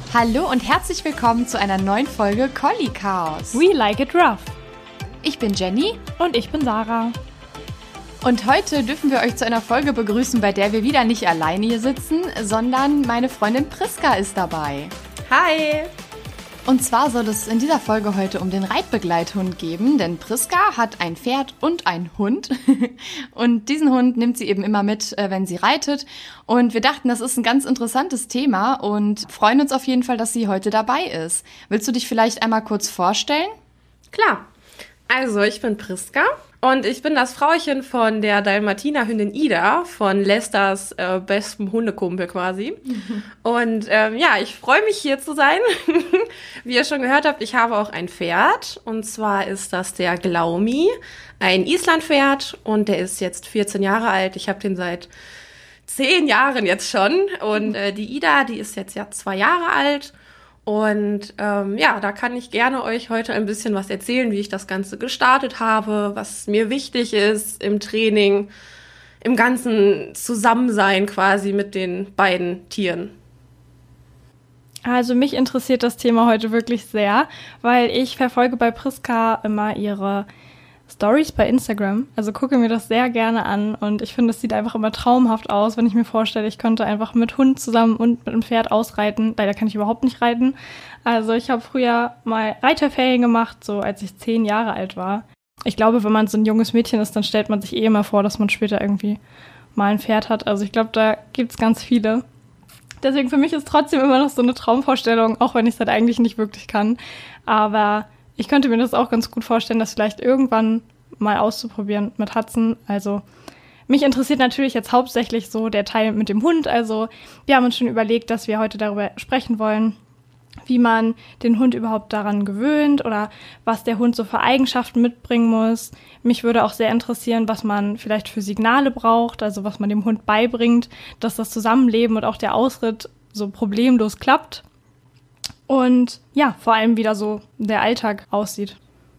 Hallo und herzlich willkommen zu einer neuen Folge Collie Chaos. We like it rough. Ich bin Jenny. Und ich bin Sarah. Und heute dürfen wir euch zu einer Folge begrüßen, bei der wir wieder nicht alleine hier sitzen, sondern meine Freundin Priska ist dabei. Hi! Und zwar soll es in dieser Folge heute um den Reitbegleithund geben, denn Priska hat ein Pferd und einen Hund. Und diesen Hund nimmt sie eben immer mit, wenn sie reitet. Und wir dachten, das ist ein ganz interessantes Thema und freuen uns auf jeden Fall, dass sie heute dabei ist. Willst du dich vielleicht einmal kurz vorstellen? Klar. Also, ich bin Priska und ich bin das Frauchen von der Dalmatiner-Hündin Ida, von Lesters bestem Hundekumpel quasi. Und ich freue mich, hier zu sein. Wie ihr schon gehört habt, ich habe auch ein Pferd. Und zwar ist das der Glaumi, ein Islandpferd. Und der ist jetzt 14 Jahre alt. Ich habe den seit 10 Jahren jetzt schon. Und die Ida, die ist jetzt ja 2 Jahre alt. Und da kann ich gerne euch heute ein bisschen was erzählen, wie ich das Ganze gestartet habe, was mir wichtig ist im Training, im ganzen Zusammensein quasi mit den beiden Tieren. Also mich interessiert das Thema heute wirklich sehr, weil ich verfolge bei Priska immer ihre Stories bei Instagram, also gucke mir das sehr gerne an und ich finde, es sieht einfach immer traumhaft aus, wenn ich mir vorstelle, ich könnte einfach mit Hund zusammen und mit einem Pferd ausreiten. Leider kann ich überhaupt nicht reiten. Also ich habe früher mal Reiterferien gemacht, so als ich 10 Jahre alt war. Ich glaube, wenn man so ein junges Mädchen ist, dann stellt man sich immer vor, dass man später irgendwie mal ein Pferd hat. Also ich glaube, da gibt's ganz viele. Deswegen für mich ist trotzdem immer noch so eine Traumvorstellung, auch wenn ich es halt eigentlich nicht wirklich kann. Aber ich könnte mir das auch ganz gut vorstellen, das vielleicht irgendwann mal auszuprobieren mit Hudson. Also mich interessiert natürlich jetzt hauptsächlich so der Teil mit dem Hund. Also wir haben uns schon überlegt, dass wir heute darüber sprechen wollen, wie man den Hund überhaupt daran gewöhnt oder was der Hund so für Eigenschaften mitbringen muss. Mich würde auch sehr interessieren, was man vielleicht für Signale braucht, also was man dem Hund beibringt, dass das Zusammenleben und auch der Ausritt so problemlos klappt. Und ja, vor allem, wie da so der Alltag aussieht.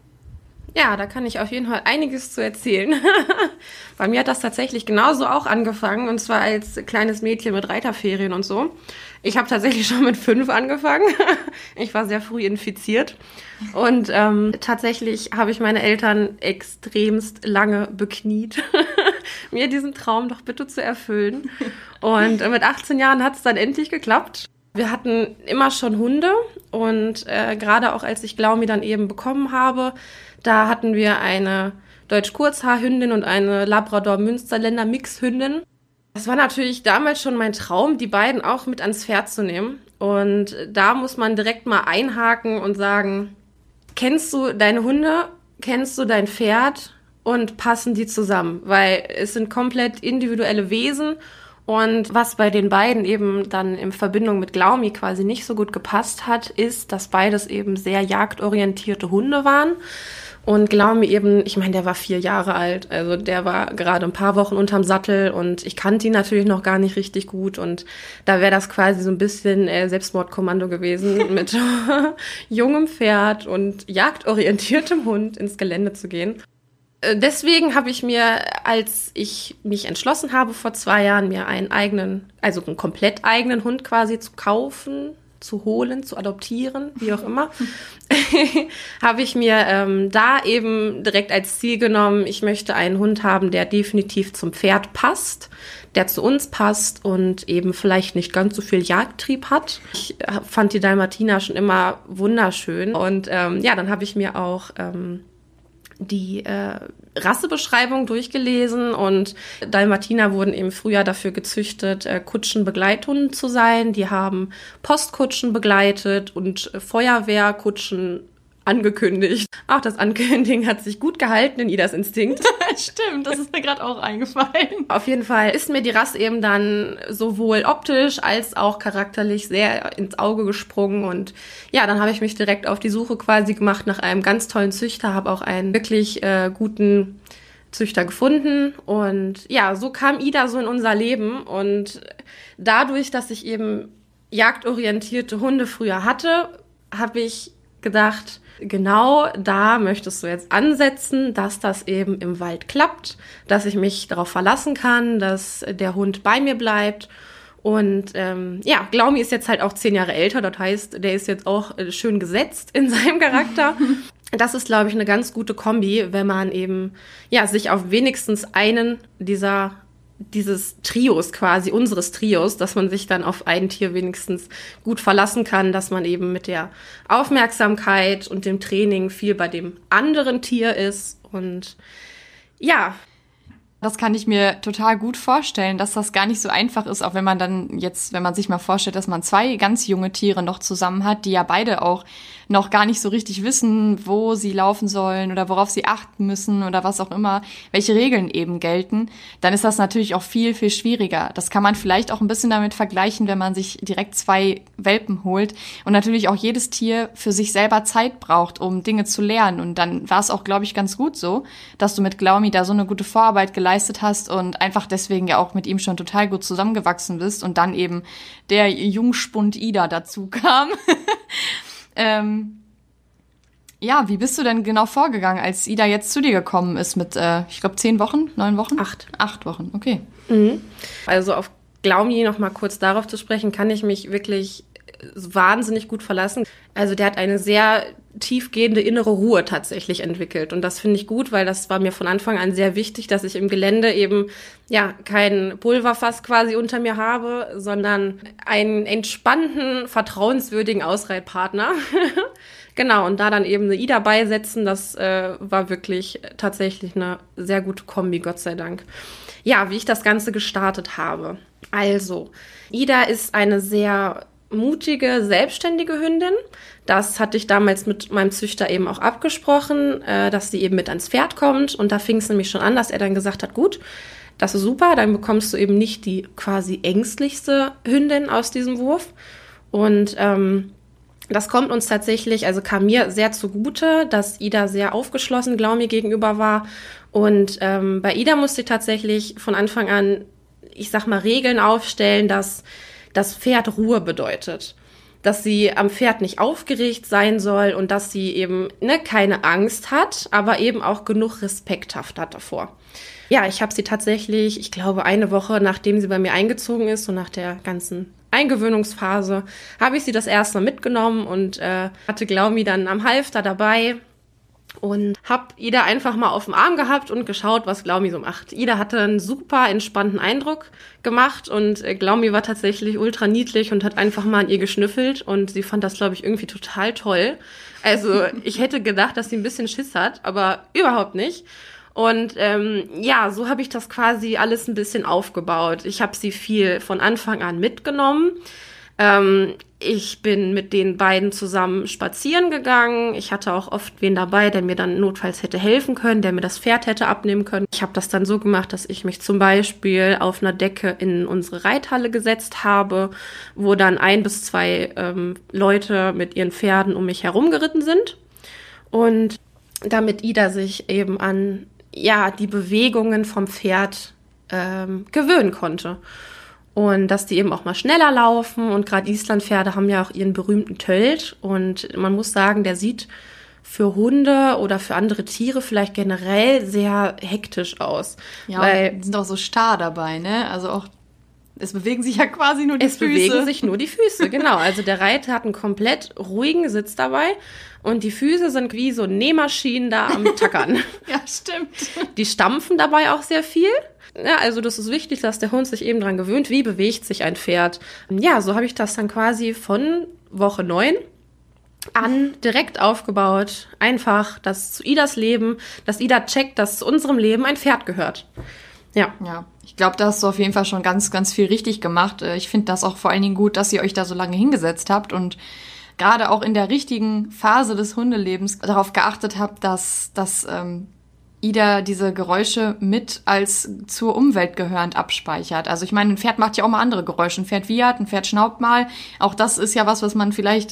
Ja, da kann ich auf jeden Fall einiges zu erzählen. Bei mir hat das tatsächlich genauso auch angefangen, und zwar als kleines Mädchen mit Reiterferien und so. Ich habe tatsächlich schon mit 5 angefangen. Ich war sehr früh infiziert. Und tatsächlich habe ich meine Eltern extremst lange bekniet, mir diesen Traum doch bitte zu erfüllen. Und mit 18 Jahren hat es dann endlich geklappt. Wir hatten immer schon Hunde und gerade auch als ich Glaumi dann eben bekommen habe, da hatten wir eine Deutsch-Kurzhaar-Hündin und eine Labrador-Münsterländer-Mix-Hündin. Das war natürlich damals schon mein Traum, die beiden auch mit ans Pferd zu nehmen. Und da muss man direkt mal einhaken und sagen, kennst du deine Hunde, kennst du dein Pferd und passen die zusammen? Weil es sind komplett individuelle Wesen. Und was bei den beiden eben dann in Verbindung mit Glaumi quasi nicht so gut gepasst hat, ist, dass beides eben sehr jagdorientierte Hunde waren. Und Glaumi eben, ich meine, der war 4 Jahre alt, also der war gerade ein paar Wochen unterm Sattel und ich kannte ihn natürlich noch gar nicht richtig gut und da wäre das quasi so ein bisschen Selbstmordkommando gewesen, mit jungem Pferd und jagdorientiertem Hund ins Gelände zu gehen. Deswegen habe ich mir, als ich mich entschlossen habe, vor 2 Jahren mir einen komplett eigenen Hund quasi zu kaufen, zu holen, zu adoptieren, wie auch immer, habe ich mir da eben direkt als Ziel genommen, ich möchte einen Hund haben, der definitiv zum Pferd passt, der zu uns passt und eben vielleicht nicht ganz so viel Jagdtrieb hat. Ich fand die Dalmatiner schon immer wunderschön und dann habe ich mir auch die Rassebeschreibung durchgelesen und Dalmatiner wurden eben früher dafür gezüchtet, Kutschenbegleithunde zu sein. Die haben Postkutschen begleitet und Feuerwehrkutschen angekündigt. Auch das Ankündigen hat sich gut gehalten in Idas Instinkt. Stimmt, das ist mir gerade auch eingefallen. Auf jeden Fall ist mir die Rasse eben dann sowohl optisch als auch charakterlich sehr ins Auge gesprungen. Und ja, dann habe ich mich direkt auf die Suche quasi gemacht nach einem ganz tollen Züchter, habe auch einen wirklich guten Züchter gefunden. Und ja, so kam Ida so in unser Leben. Und dadurch, dass ich eben jagdorientierte Hunde früher hatte, habe ich gedacht, genau da möchtest du jetzt ansetzen, dass das eben im Wald klappt, dass ich mich darauf verlassen kann, dass der Hund bei mir bleibt Und Glaumi ist jetzt halt auch 10 Jahre älter, das heißt, der ist jetzt auch schön gesetzt in seinem Charakter. Das ist, glaube ich, eine ganz gute Kombi, wenn man eben sich auf wenigstens einen dieses Trios quasi, unseres Trios, dass man sich dann auf ein Tier wenigstens gut verlassen kann, dass man eben mit der Aufmerksamkeit und dem Training viel bei dem anderen Tier ist. Und ja, das kann ich mir total gut vorstellen, dass das gar nicht so einfach ist, auch wenn man sich mal vorstellt, dass man 2 ganz junge Tiere noch zusammen hat, die ja beide auch noch gar nicht so richtig wissen, wo sie laufen sollen oder worauf sie achten müssen oder was auch immer, welche Regeln eben gelten, dann ist das natürlich auch viel, viel schwieriger. Das kann man vielleicht auch ein bisschen damit vergleichen, wenn man sich direkt 2 Welpen holt und natürlich auch jedes Tier für sich selber Zeit braucht, um Dinge zu lernen. Und dann war es auch, glaube ich, ganz gut so, dass du mit Glaumi da so eine gute Vorarbeit geleistet hast und einfach deswegen ja auch mit ihm schon total gut zusammengewachsen bist und dann eben der Jungspund Ida dazu kam. Wie bist du denn genau vorgegangen, als Ida jetzt zu dir gekommen ist mit, ich glaube, 10 Wochen, 9 Wochen? 8 Wochen, okay. Mhm. Also auf Glaumi noch mal kurz darauf zu sprechen, kann ich mich wirklich wahnsinnig gut verlassen. Also der hat eine sehr tiefgehende innere Ruhe tatsächlich entwickelt. Und das finde ich gut, weil das war mir von Anfang an sehr wichtig, dass ich im Gelände eben kein Pulverfass quasi unter mir habe, sondern einen entspannten, vertrauenswürdigen Ausreitpartner. Genau, und da dann eben eine Ida beisetzen, das war wirklich tatsächlich eine sehr gute Kombi, Gott sei Dank. Ja, wie ich das Ganze gestartet habe. Also, Ida ist eine sehr mutige, selbstständige Hündin. Das hatte ich damals mit meinem Züchter eben auch abgesprochen, dass sie eben mit ans Pferd kommt. Und da fing es nämlich schon an, dass er dann gesagt hat, gut, das ist super, dann bekommst du eben nicht die quasi ängstlichste Hündin aus diesem Wurf. Und das kommt uns tatsächlich, also kam mir sehr zugute, dass Ida sehr aufgeschlossen Glaumi gegenüber war. Und bei Ida musste ich tatsächlich von Anfang an, ich sag mal, Regeln aufstellen, dass das Pferd Ruhe bedeutet. Dass sie am Pferd nicht aufgeregt sein soll und dass sie eben keine Angst hat, aber eben auch genug Respekt hat davor. Ja, ich habe sie tatsächlich, ich glaube, eine Woche, nachdem sie bei mir eingezogen ist, so nach der ganzen Eingewöhnungsphase, habe ich sie das erste Mal mitgenommen und hatte Glaumi dann am Halfter dabei und habe Ida einfach mal auf dem Arm gehabt und geschaut, was Glaumi so macht. Ida hatte einen super entspannten Eindruck gemacht und Glaumi war tatsächlich ultra niedlich und hat einfach mal an ihr geschnüffelt und sie fand das, glaube ich, irgendwie total toll. Also ich hätte gedacht, dass sie ein bisschen Schiss hat, aber überhaupt nicht. Und so habe ich das quasi alles ein bisschen aufgebaut. Ich habe sie viel von Anfang an mitgenommen. Ich bin mit den beiden zusammen spazieren gegangen. Ich hatte auch oft wen dabei, der mir dann notfalls hätte helfen können, der mir das Pferd hätte abnehmen können. Ich habe das dann so gemacht, dass ich mich zum Beispiel auf einer Decke in unsere Reithalle gesetzt habe, wo dann 1 bis 2 Leute mit ihren Pferden um mich herum geritten sind. Und damit Ida sich eben an die Bewegungen vom Pferd gewöhnen konnte. Und dass die eben auch mal schneller laufen. Und gerade Islandpferde haben ja auch ihren berühmten Tölt. Und man muss sagen, der sieht für Hunde oder für andere Tiere vielleicht generell sehr hektisch aus. Ja, weil die sind auch so starr dabei, ne? Also auch, es bewegen sich ja quasi nur die Füße. Es bewegen sich nur die Füße, genau. Also der Reiter hat einen komplett ruhigen Sitz dabei. Und die Füße sind wie so Nähmaschinen da am Tackern. Ja, stimmt. Die stampfen dabei auch sehr viel. Ja, also das ist wichtig, dass der Hund sich eben dran gewöhnt, wie bewegt sich ein Pferd. Ja, so habe ich das dann quasi von Woche 9 an direkt aufgebaut. Einfach das zu Idas Leben, dass Ida checkt, dass zu unserem Leben ein Pferd gehört. Ja. Ja, ich glaube, da hast du auf jeden Fall schon ganz, ganz viel richtig gemacht. Ich finde das auch vor allen Dingen gut, dass ihr euch da so lange hingesetzt habt und gerade auch in der richtigen Phase des Hundelebens darauf geachtet habt, dass Ida diese Geräusche mit als zur Umwelt gehörend abspeichert. Also ich meine, ein Pferd macht ja auch mal andere Geräusche. Ein Pferd wiehert, ein Pferd schnaubt mal. Auch das ist ja was man vielleicht,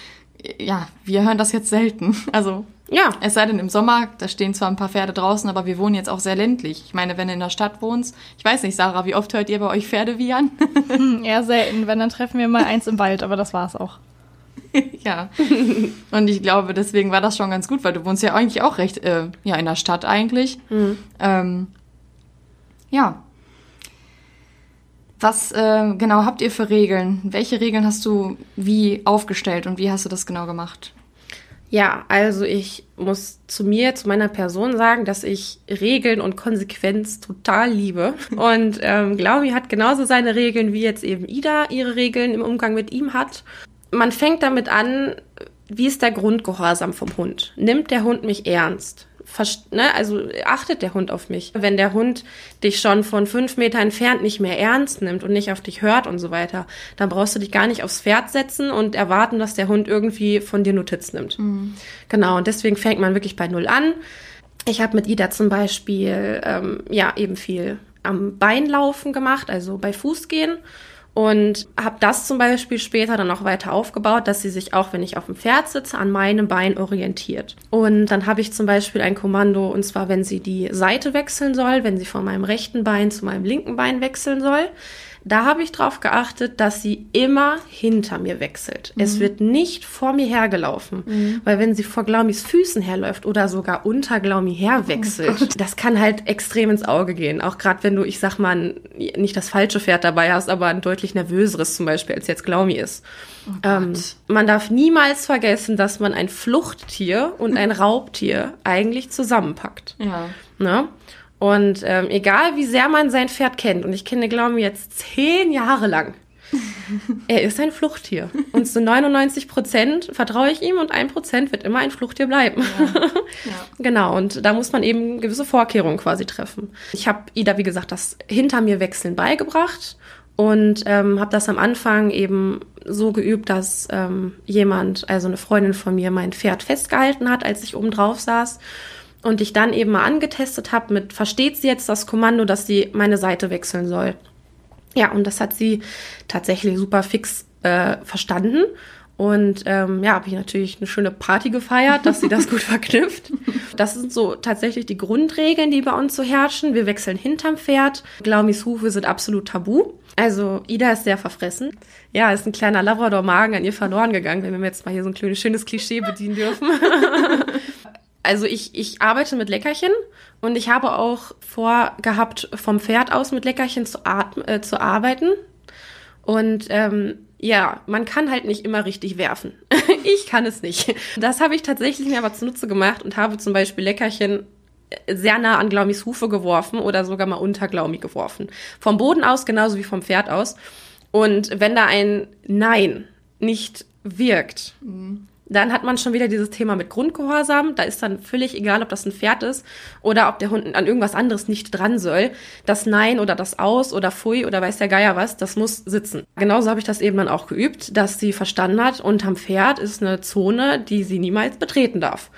wir hören das jetzt selten. Also ja, es sei denn im Sommer, da stehen zwar ein paar Pferde draußen, aber wir wohnen jetzt auch sehr ländlich. Ich meine, wenn du in der Stadt wohnst, ich weiß nicht, Sarah, wie oft hört ihr bei euch Pferde wiehern? Eher selten. Wenn, dann treffen wir mal eins im Wald, aber das war's auch. Ja, und ich glaube, deswegen war das schon ganz gut, weil du wohnst ja eigentlich auch recht in der Stadt eigentlich. Mhm. Ja. Was genau habt ihr für Regeln? Welche Regeln hast du wie aufgestellt und wie hast du das genau gemacht? Ja, also ich muss zu meiner Person sagen, dass ich Regeln und Konsequenz total liebe. Und Glaumi hat genauso seine Regeln, wie jetzt eben Ida ihre Regeln im Umgang mit ihm hat. Man fängt damit an, wie ist der Grundgehorsam vom Hund? Nimmt der Hund mich ernst? Also achtet der Hund auf mich? Wenn der Hund dich schon von 5 Meter entfernt nicht mehr ernst nimmt und nicht auf dich hört und so weiter, dann brauchst du dich gar nicht aufs Pferd setzen und erwarten, dass der Hund irgendwie von dir Notiz nimmt. Mhm. Genau, und deswegen fängt man wirklich bei Null an. Ich habe mit Ida zum Beispiel eben viel am Beinlaufen gemacht, also bei Fußgehen. Und habe das zum Beispiel später dann auch weiter aufgebaut, dass sie sich auch, wenn ich auf dem Pferd sitze, an meinem Bein orientiert. Und dann habe ich zum Beispiel ein Kommando, und zwar, wenn sie die Seite wechseln soll, wenn sie von meinem rechten Bein zu meinem linken Bein wechseln soll. Da habe ich drauf geachtet, dass sie immer hinter mir wechselt. Mhm. Es wird nicht vor mir hergelaufen, weil wenn sie vor Glaumis Füßen herläuft oder sogar unter Glaumi herwechselt, das kann halt extrem ins Auge gehen. Auch gerade wenn du, ich sag mal, nicht das falsche Pferd dabei hast, aber ein deutlich nervöseres zum Beispiel, als jetzt Glaumi ist. Oh man darf niemals vergessen, dass man ein Fluchttier und ein Raubtier eigentlich zusammenpackt. Ja. Ne? Und egal, wie sehr man sein Pferd kennt, und ich kenne Glaumi jetzt 10 Jahre lang, er ist ein Fluchttier. Und zu 99% vertraue ich ihm und 1% wird immer ein Fluchttier bleiben. Ja. Ja. Genau, und da muss man eben gewisse Vorkehrungen quasi treffen. Ich habe Ida, wie gesagt, das hinter mir wechseln beigebracht und habe das am Anfang eben so geübt, dass jemand, also eine Freundin von mir, mein Pferd festgehalten hat, als ich oben drauf saß. Und ich dann eben mal angetestet habe versteht sie jetzt das Kommando, dass sie meine Seite wechseln soll? Ja, und das hat sie tatsächlich super fix verstanden. Und habe ich natürlich eine schöne Party gefeiert, dass sie das gut verknüpft. Das sind so tatsächlich die Grundregeln, die bei uns so herrschen. Wir wechseln hinterm Pferd. Glaumis Hufe sind absolut tabu. Also Ida ist sehr verfressen. Ja, ist ein kleiner Labrador-Magen an ihr verloren gegangen, wenn wir jetzt mal hier so ein schönes Klischee bedienen dürfen. Also ich arbeite mit Leckerchen und ich habe auch vorgehabt, vom Pferd aus mit Leckerchen zu arbeiten. Und man kann halt nicht immer richtig werfen. Ich kann es nicht. Das habe ich tatsächlich mir aber zunutze gemacht und habe zum Beispiel Leckerchen sehr nah an Glaumis Hufe geworfen oder sogar mal unter Glaumi geworfen. Vom Boden aus genauso wie vom Pferd aus. Und wenn da ein Nein nicht wirkt, dann hat man schon wieder dieses Thema mit Grundgehorsam. Da ist dann völlig egal, ob das ein Pferd ist oder ob der Hund an irgendwas anderes nicht dran soll. Das Nein oder das Aus oder Pfui oder weiß der Geier was, das muss sitzen. Genauso habe ich das eben dann auch geübt, dass sie verstanden hat, unterm Pferd ist eine Zone, die sie niemals betreten darf.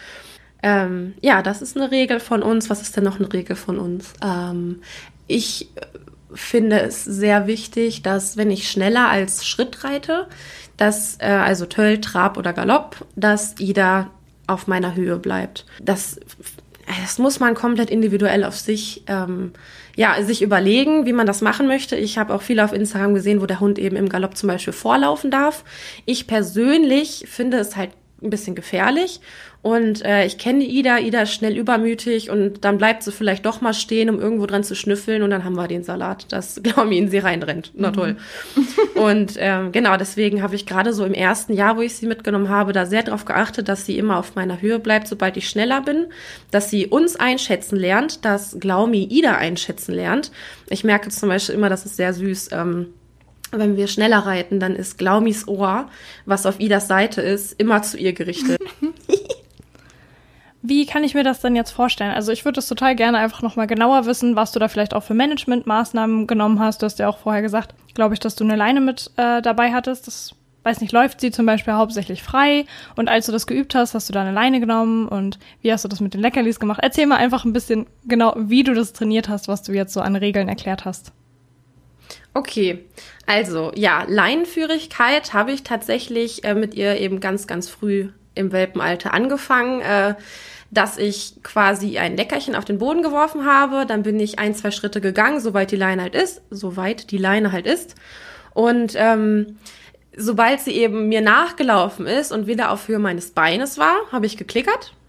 Das ist eine Regel von uns. Was ist denn noch eine Regel von uns? Ich finde es sehr wichtig, dass wenn ich schneller als Schritt reite, dass, also Töll, Trab oder Galopp, dass Ida auf meiner Höhe bleibt. Das muss man komplett individuell auf sich überlegen, wie man das machen möchte. Ich habe auch viele auf Instagram gesehen, wo der Hund eben im Galopp zum Beispiel vorlaufen darf. Ich persönlich finde es halt ein bisschen gefährlich. Und ich kenne Ida ist schnell übermütig und dann bleibt sie vielleicht doch mal stehen, um irgendwo dran zu schnüffeln und dann haben wir den Salat, dass Glaumi in sie reinrennt. Na toll. Und deswegen habe ich gerade so im ersten Jahr, wo ich sie mitgenommen habe, da sehr darauf geachtet, dass sie immer auf meiner Höhe bleibt, sobald ich schneller bin, dass sie uns einschätzen lernt, dass Glaumi Ida einschätzen lernt. Ich merke zum Beispiel immer, das ist sehr süß, wenn wir schneller reiten, dann ist Glaumis Ohr, was auf Idas Seite ist, immer zu ihr gerichtet. Wie kann ich mir das denn jetzt vorstellen? Also ich würde das total gerne einfach nochmal genauer wissen, was du da vielleicht auch für Managementmaßnahmen genommen hast. Du hast ja auch vorher gesagt, glaube ich, dass du eine Leine mit dabei hattest. Das, weiß nicht, läuft sie zum Beispiel hauptsächlich frei? Und als du das geübt hast, hast du da eine Leine genommen? Und wie hast du das mit den Leckerlis gemacht? Erzähl mal einfach ein bisschen genau, wie du das trainiert hast, was du jetzt so an Regeln erklärt hast. Okay, also ja, Leinenführigkeit habe ich tatsächlich mit ihr eben ganz, ganz früh im Welpenalter angefangen, dass ich quasi ein Leckerchen auf den Boden geworfen habe. Dann bin ich 1-2 Schritte gegangen, soweit die Leine halt ist. Und sobald sie eben mir nachgelaufen ist und wieder auf Höhe meines Beines war, habe ich geklickert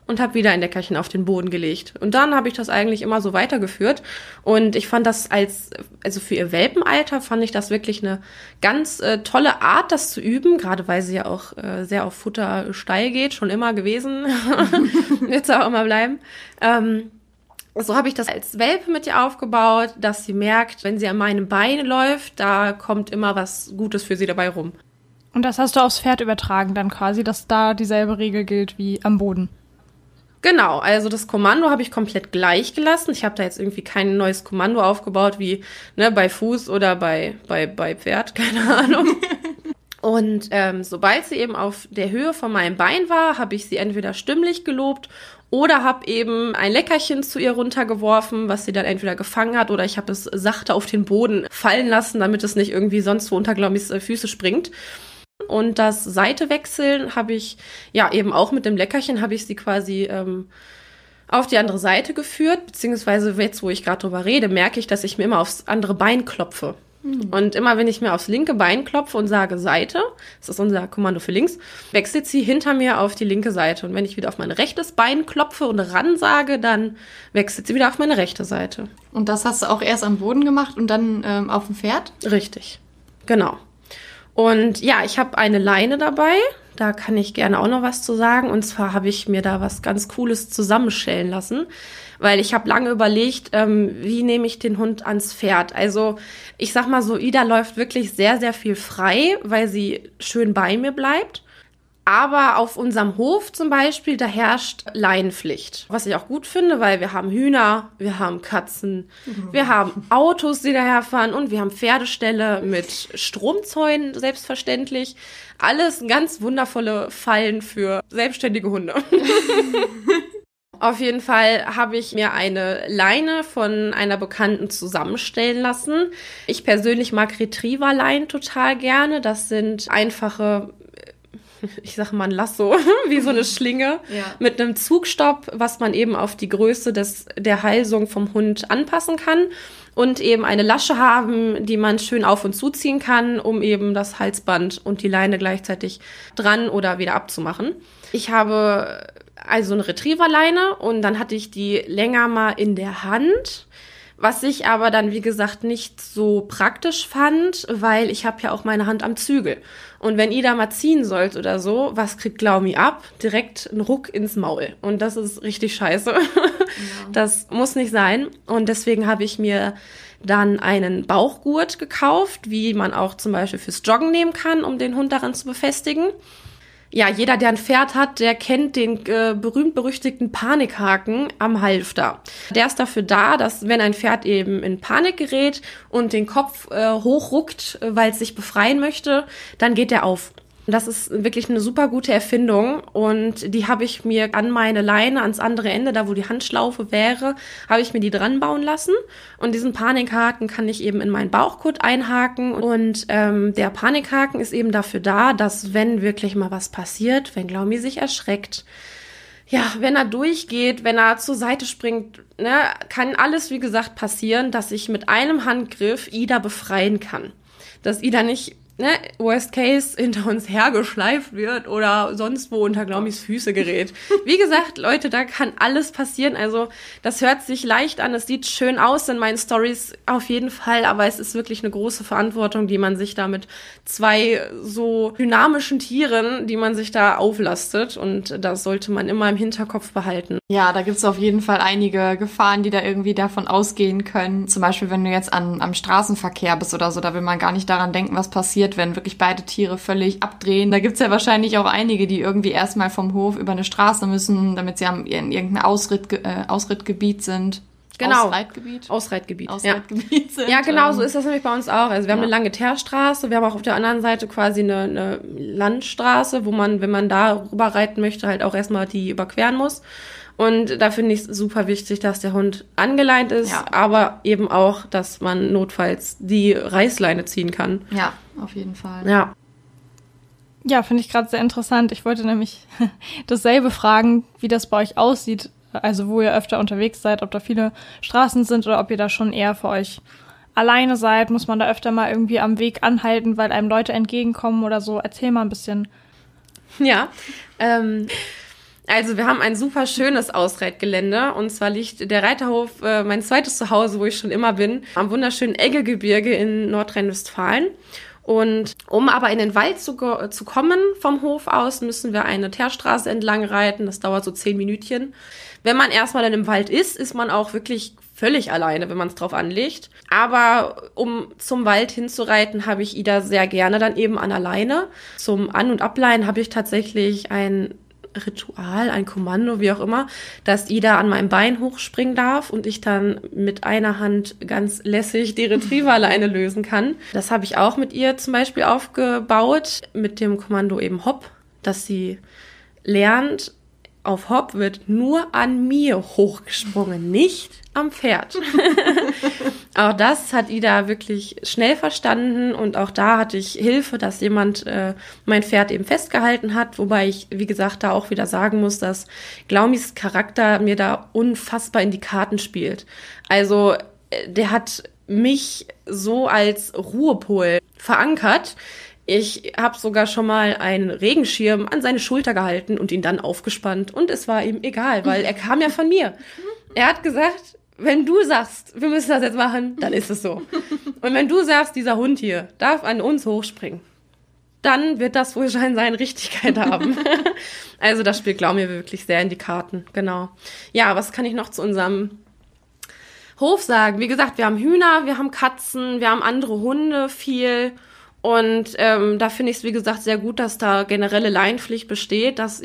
und habe wieder ein Leckerchen auf den Boden gelegt. Und dann habe ich das eigentlich immer so weitergeführt. Und ich fand das also für ihr Welpenalter fand ich das wirklich eine ganz tolle Art, das zu üben, gerade weil sie ja auch sehr auf Futter steil geht, schon immer gewesen, wird es auch immer bleiben. So habe ich das als Welpe mit ihr aufgebaut, dass sie merkt, wenn sie an meinem Bein läuft, da kommt immer was Gutes für sie dabei rum. Und das hast du aufs Pferd übertragen dann quasi, dass da dieselbe Regel gilt wie am Boden? Genau, also das Kommando habe ich komplett gleich gelassen. Ich habe da jetzt irgendwie kein neues Kommando aufgebaut, wie bei Fuß oder bei Pferd, keine Ahnung. Und sobald sie eben auf der Höhe von meinem Bein war, habe ich sie entweder stimmlich gelobt oder habe eben ein Leckerchen zu ihr runtergeworfen, was sie dann entweder gefangen hat oder ich habe es sachte auf den Boden fallen lassen, damit es nicht irgendwie sonst wo unter Glaumis Füße springt. Und das Seitewechseln habe ich, ja, eben auch mit dem Leckerchen habe ich sie quasi auf die andere Seite geführt, beziehungsweise jetzt, wo ich gerade drüber rede, merke ich, dass ich mir immer aufs andere Bein klopfe. Und immer, wenn ich mir aufs linke Bein klopfe und sage Seite, das ist unser Kommando für links, wechselt sie hinter mir auf die linke Seite. Und wenn ich wieder auf mein rechtes Bein klopfe und ran sage, dann wechselt sie wieder auf meine rechte Seite. Und das hast du auch erst am Boden gemacht und dann auf dem Pferd? Richtig, genau. Und ja, ich habe eine Leine dabei, da kann ich gerne auch noch was zu sagen. Und zwar habe ich mir da was ganz Cooles zusammenstellen lassen, weil ich habe lange überlegt, wie nehme ich den Hund ans Pferd. Also ich sag mal so, Ida läuft wirklich sehr, sehr viel frei, weil sie schön bei mir bleibt. Aber auf unserem Hof zum Beispiel, da herrscht Leinenpflicht. Was ich auch gut finde, weil wir haben Hühner, wir haben Katzen, wir haben Autos, die daherfahren und wir haben Pferdeställe mit Stromzäunen, selbstverständlich. Alles ganz wundervolle Fallen für selbstständige Hunde. Auf jeden Fall habe ich mir eine Leine von einer Bekannten zusammenstellen lassen. Ich persönlich mag Retriever-Leinen total gerne. Das sind einfache, ich sag mal ein Lasso, wie so eine Schlinge, mit einem Zugstopp, was man eben auf die Größe der Halsung vom Hund anpassen kann und eben eine Lasche haben, die man schön auf- und zuziehen kann, um eben das Halsband und die Leine gleichzeitig dran oder wieder abzumachen. Ich habe also eine Retrieverleine und dann hatte ich die länger mal in der Hand, was ich aber dann, wie gesagt, nicht so praktisch fand, weil ich habe ja auch meine Hand am Zügel. Und wenn Ida mal ziehen sollte oder so, was kriegt Glaumi ab? Direkt ein Ruck ins Maul. Und das ist richtig scheiße. Ja. Das muss nicht sein. Und deswegen habe ich mir dann einen Bauchgurt gekauft, wie man auch zum Beispiel fürs Joggen nehmen kann, um den Hund daran zu befestigen. Ja, jeder, der ein Pferd hat, der kennt den berühmt-berüchtigten Panikhaken am Halfter. Der ist dafür da, dass wenn ein Pferd eben in Panik gerät und den Kopf hochruckt, weil es sich befreien möchte, dann geht der auf. Das ist wirklich eine super gute Erfindung und die habe ich mir an meine Leine, ans andere Ende, da wo die Handschlaufe wäre, habe ich mir die dran bauen lassen und diesen Panikhaken kann ich eben in meinen Bauchgurt einhaken und der Panikhaken ist eben dafür da, dass wenn wirklich mal was passiert, wenn Glaumi sich erschreckt, ja, wenn er durchgeht, wenn er zur Seite springt, ne, kann alles, wie gesagt, passieren, dass ich mit einem Handgriff Ida befreien kann. Dass Ida nicht worst case hinter uns hergeschleift wird oder sonst wo unter Glaumis Füße gerät. Wie gesagt, Leute, da kann alles passieren. Also das hört sich leicht an, es sieht schön aus in meinen Stories auf jeden Fall, aber es ist wirklich eine große Verantwortung, die man sich da mit zwei so dynamischen Tieren, die man sich da auflastet und das sollte man immer im Hinterkopf behalten. Ja, da gibt's auf jeden Fall einige Gefahren, die da irgendwie davon ausgehen können. Zum Beispiel, wenn du jetzt am Straßenverkehr bist oder so, da will man gar nicht daran denken, was passiert, wenn wirklich beide Tiere völlig abdrehen. Da gibt's ja wahrscheinlich auch einige, die irgendwie erstmal vom Hof über eine Straße müssen, damit sie in irgendeinem Ausrittgebiet sind. Genau. Ausreitgebiet sind. Ja, genau, so ist das nämlich bei uns auch. Also wir haben eine lange Teerstraße, wir haben auch auf der anderen Seite quasi eine Landstraße, wo man, wenn man da rüber reiten möchte, halt auch erstmal die überqueren muss. Und da finde ich es super wichtig, dass der Hund angeleint ist, aber eben auch, dass man notfalls die Reißleine ziehen kann. Ja, auf jeden Fall. Ja. Ja, finde ich gerade sehr interessant. Ich wollte nämlich dasselbe fragen, wie das bei euch aussieht. Also wo ihr öfter unterwegs seid, ob da viele Straßen sind oder ob ihr da schon eher für euch alleine seid. Muss man da öfter mal irgendwie am Weg anhalten, weil einem Leute entgegenkommen oder so? Erzähl mal ein bisschen. Ja, Also wir haben ein super schönes Ausreitgelände und zwar liegt der Reiterhof, mein zweites Zuhause, wo ich schon immer bin, am wunderschönen Eggegebirge in Nordrhein-Westfalen. Und um aber in den Wald zu kommen vom Hof aus, müssen wir eine Teerstraße entlang reiten. Das dauert so 10 Minütchen. Wenn man erstmal dann im Wald ist man auch wirklich völlig alleine, wenn man es drauf anlegt. Aber um zum Wald hinzureiten, habe ich Ida sehr gerne dann eben an alleine. Zum An- und Ableihen habe ich tatsächlich ein Ritual, ein Kommando, wie auch immer, dass Ida an meinem Bein hochspringen darf und ich dann mit einer Hand ganz lässig die Retrieverleine lösen kann. Das habe ich auch mit ihr zum Beispiel aufgebaut, mit dem Kommando eben Hopp, dass sie lernt, auf Hopp wird nur an mir hochgesprungen, nicht am Pferd. Auch das hat Ida wirklich schnell verstanden und auch da hatte ich Hilfe, dass jemand mein Pferd eben festgehalten hat, wobei ich, wie gesagt, da auch wieder sagen muss, dass Glaumis Charakter mir da unfassbar in die Karten spielt. Also der hat mich so als Ruhepol verankert. Ich habe sogar schon mal einen Regenschirm an seine Schulter gehalten und ihn dann aufgespannt. Und es war ihm egal, weil er kam ja von mir. Er hat gesagt, wenn du sagst, wir müssen das jetzt machen, dann ist es so. Und wenn du sagst, dieser Hund hier darf an uns hochspringen, dann wird das wohl seine Richtigkeit haben. Also das spielt Glaumi mir wirklich sehr in die Karten. Genau. Ja, was kann ich noch zu unserem Hof sagen? Wie gesagt, wir haben Hühner, wir haben Katzen, wir haben andere Hunde, viel. Und da finde ich es, wie gesagt, sehr gut, dass da generelle Leinpflicht besteht, dass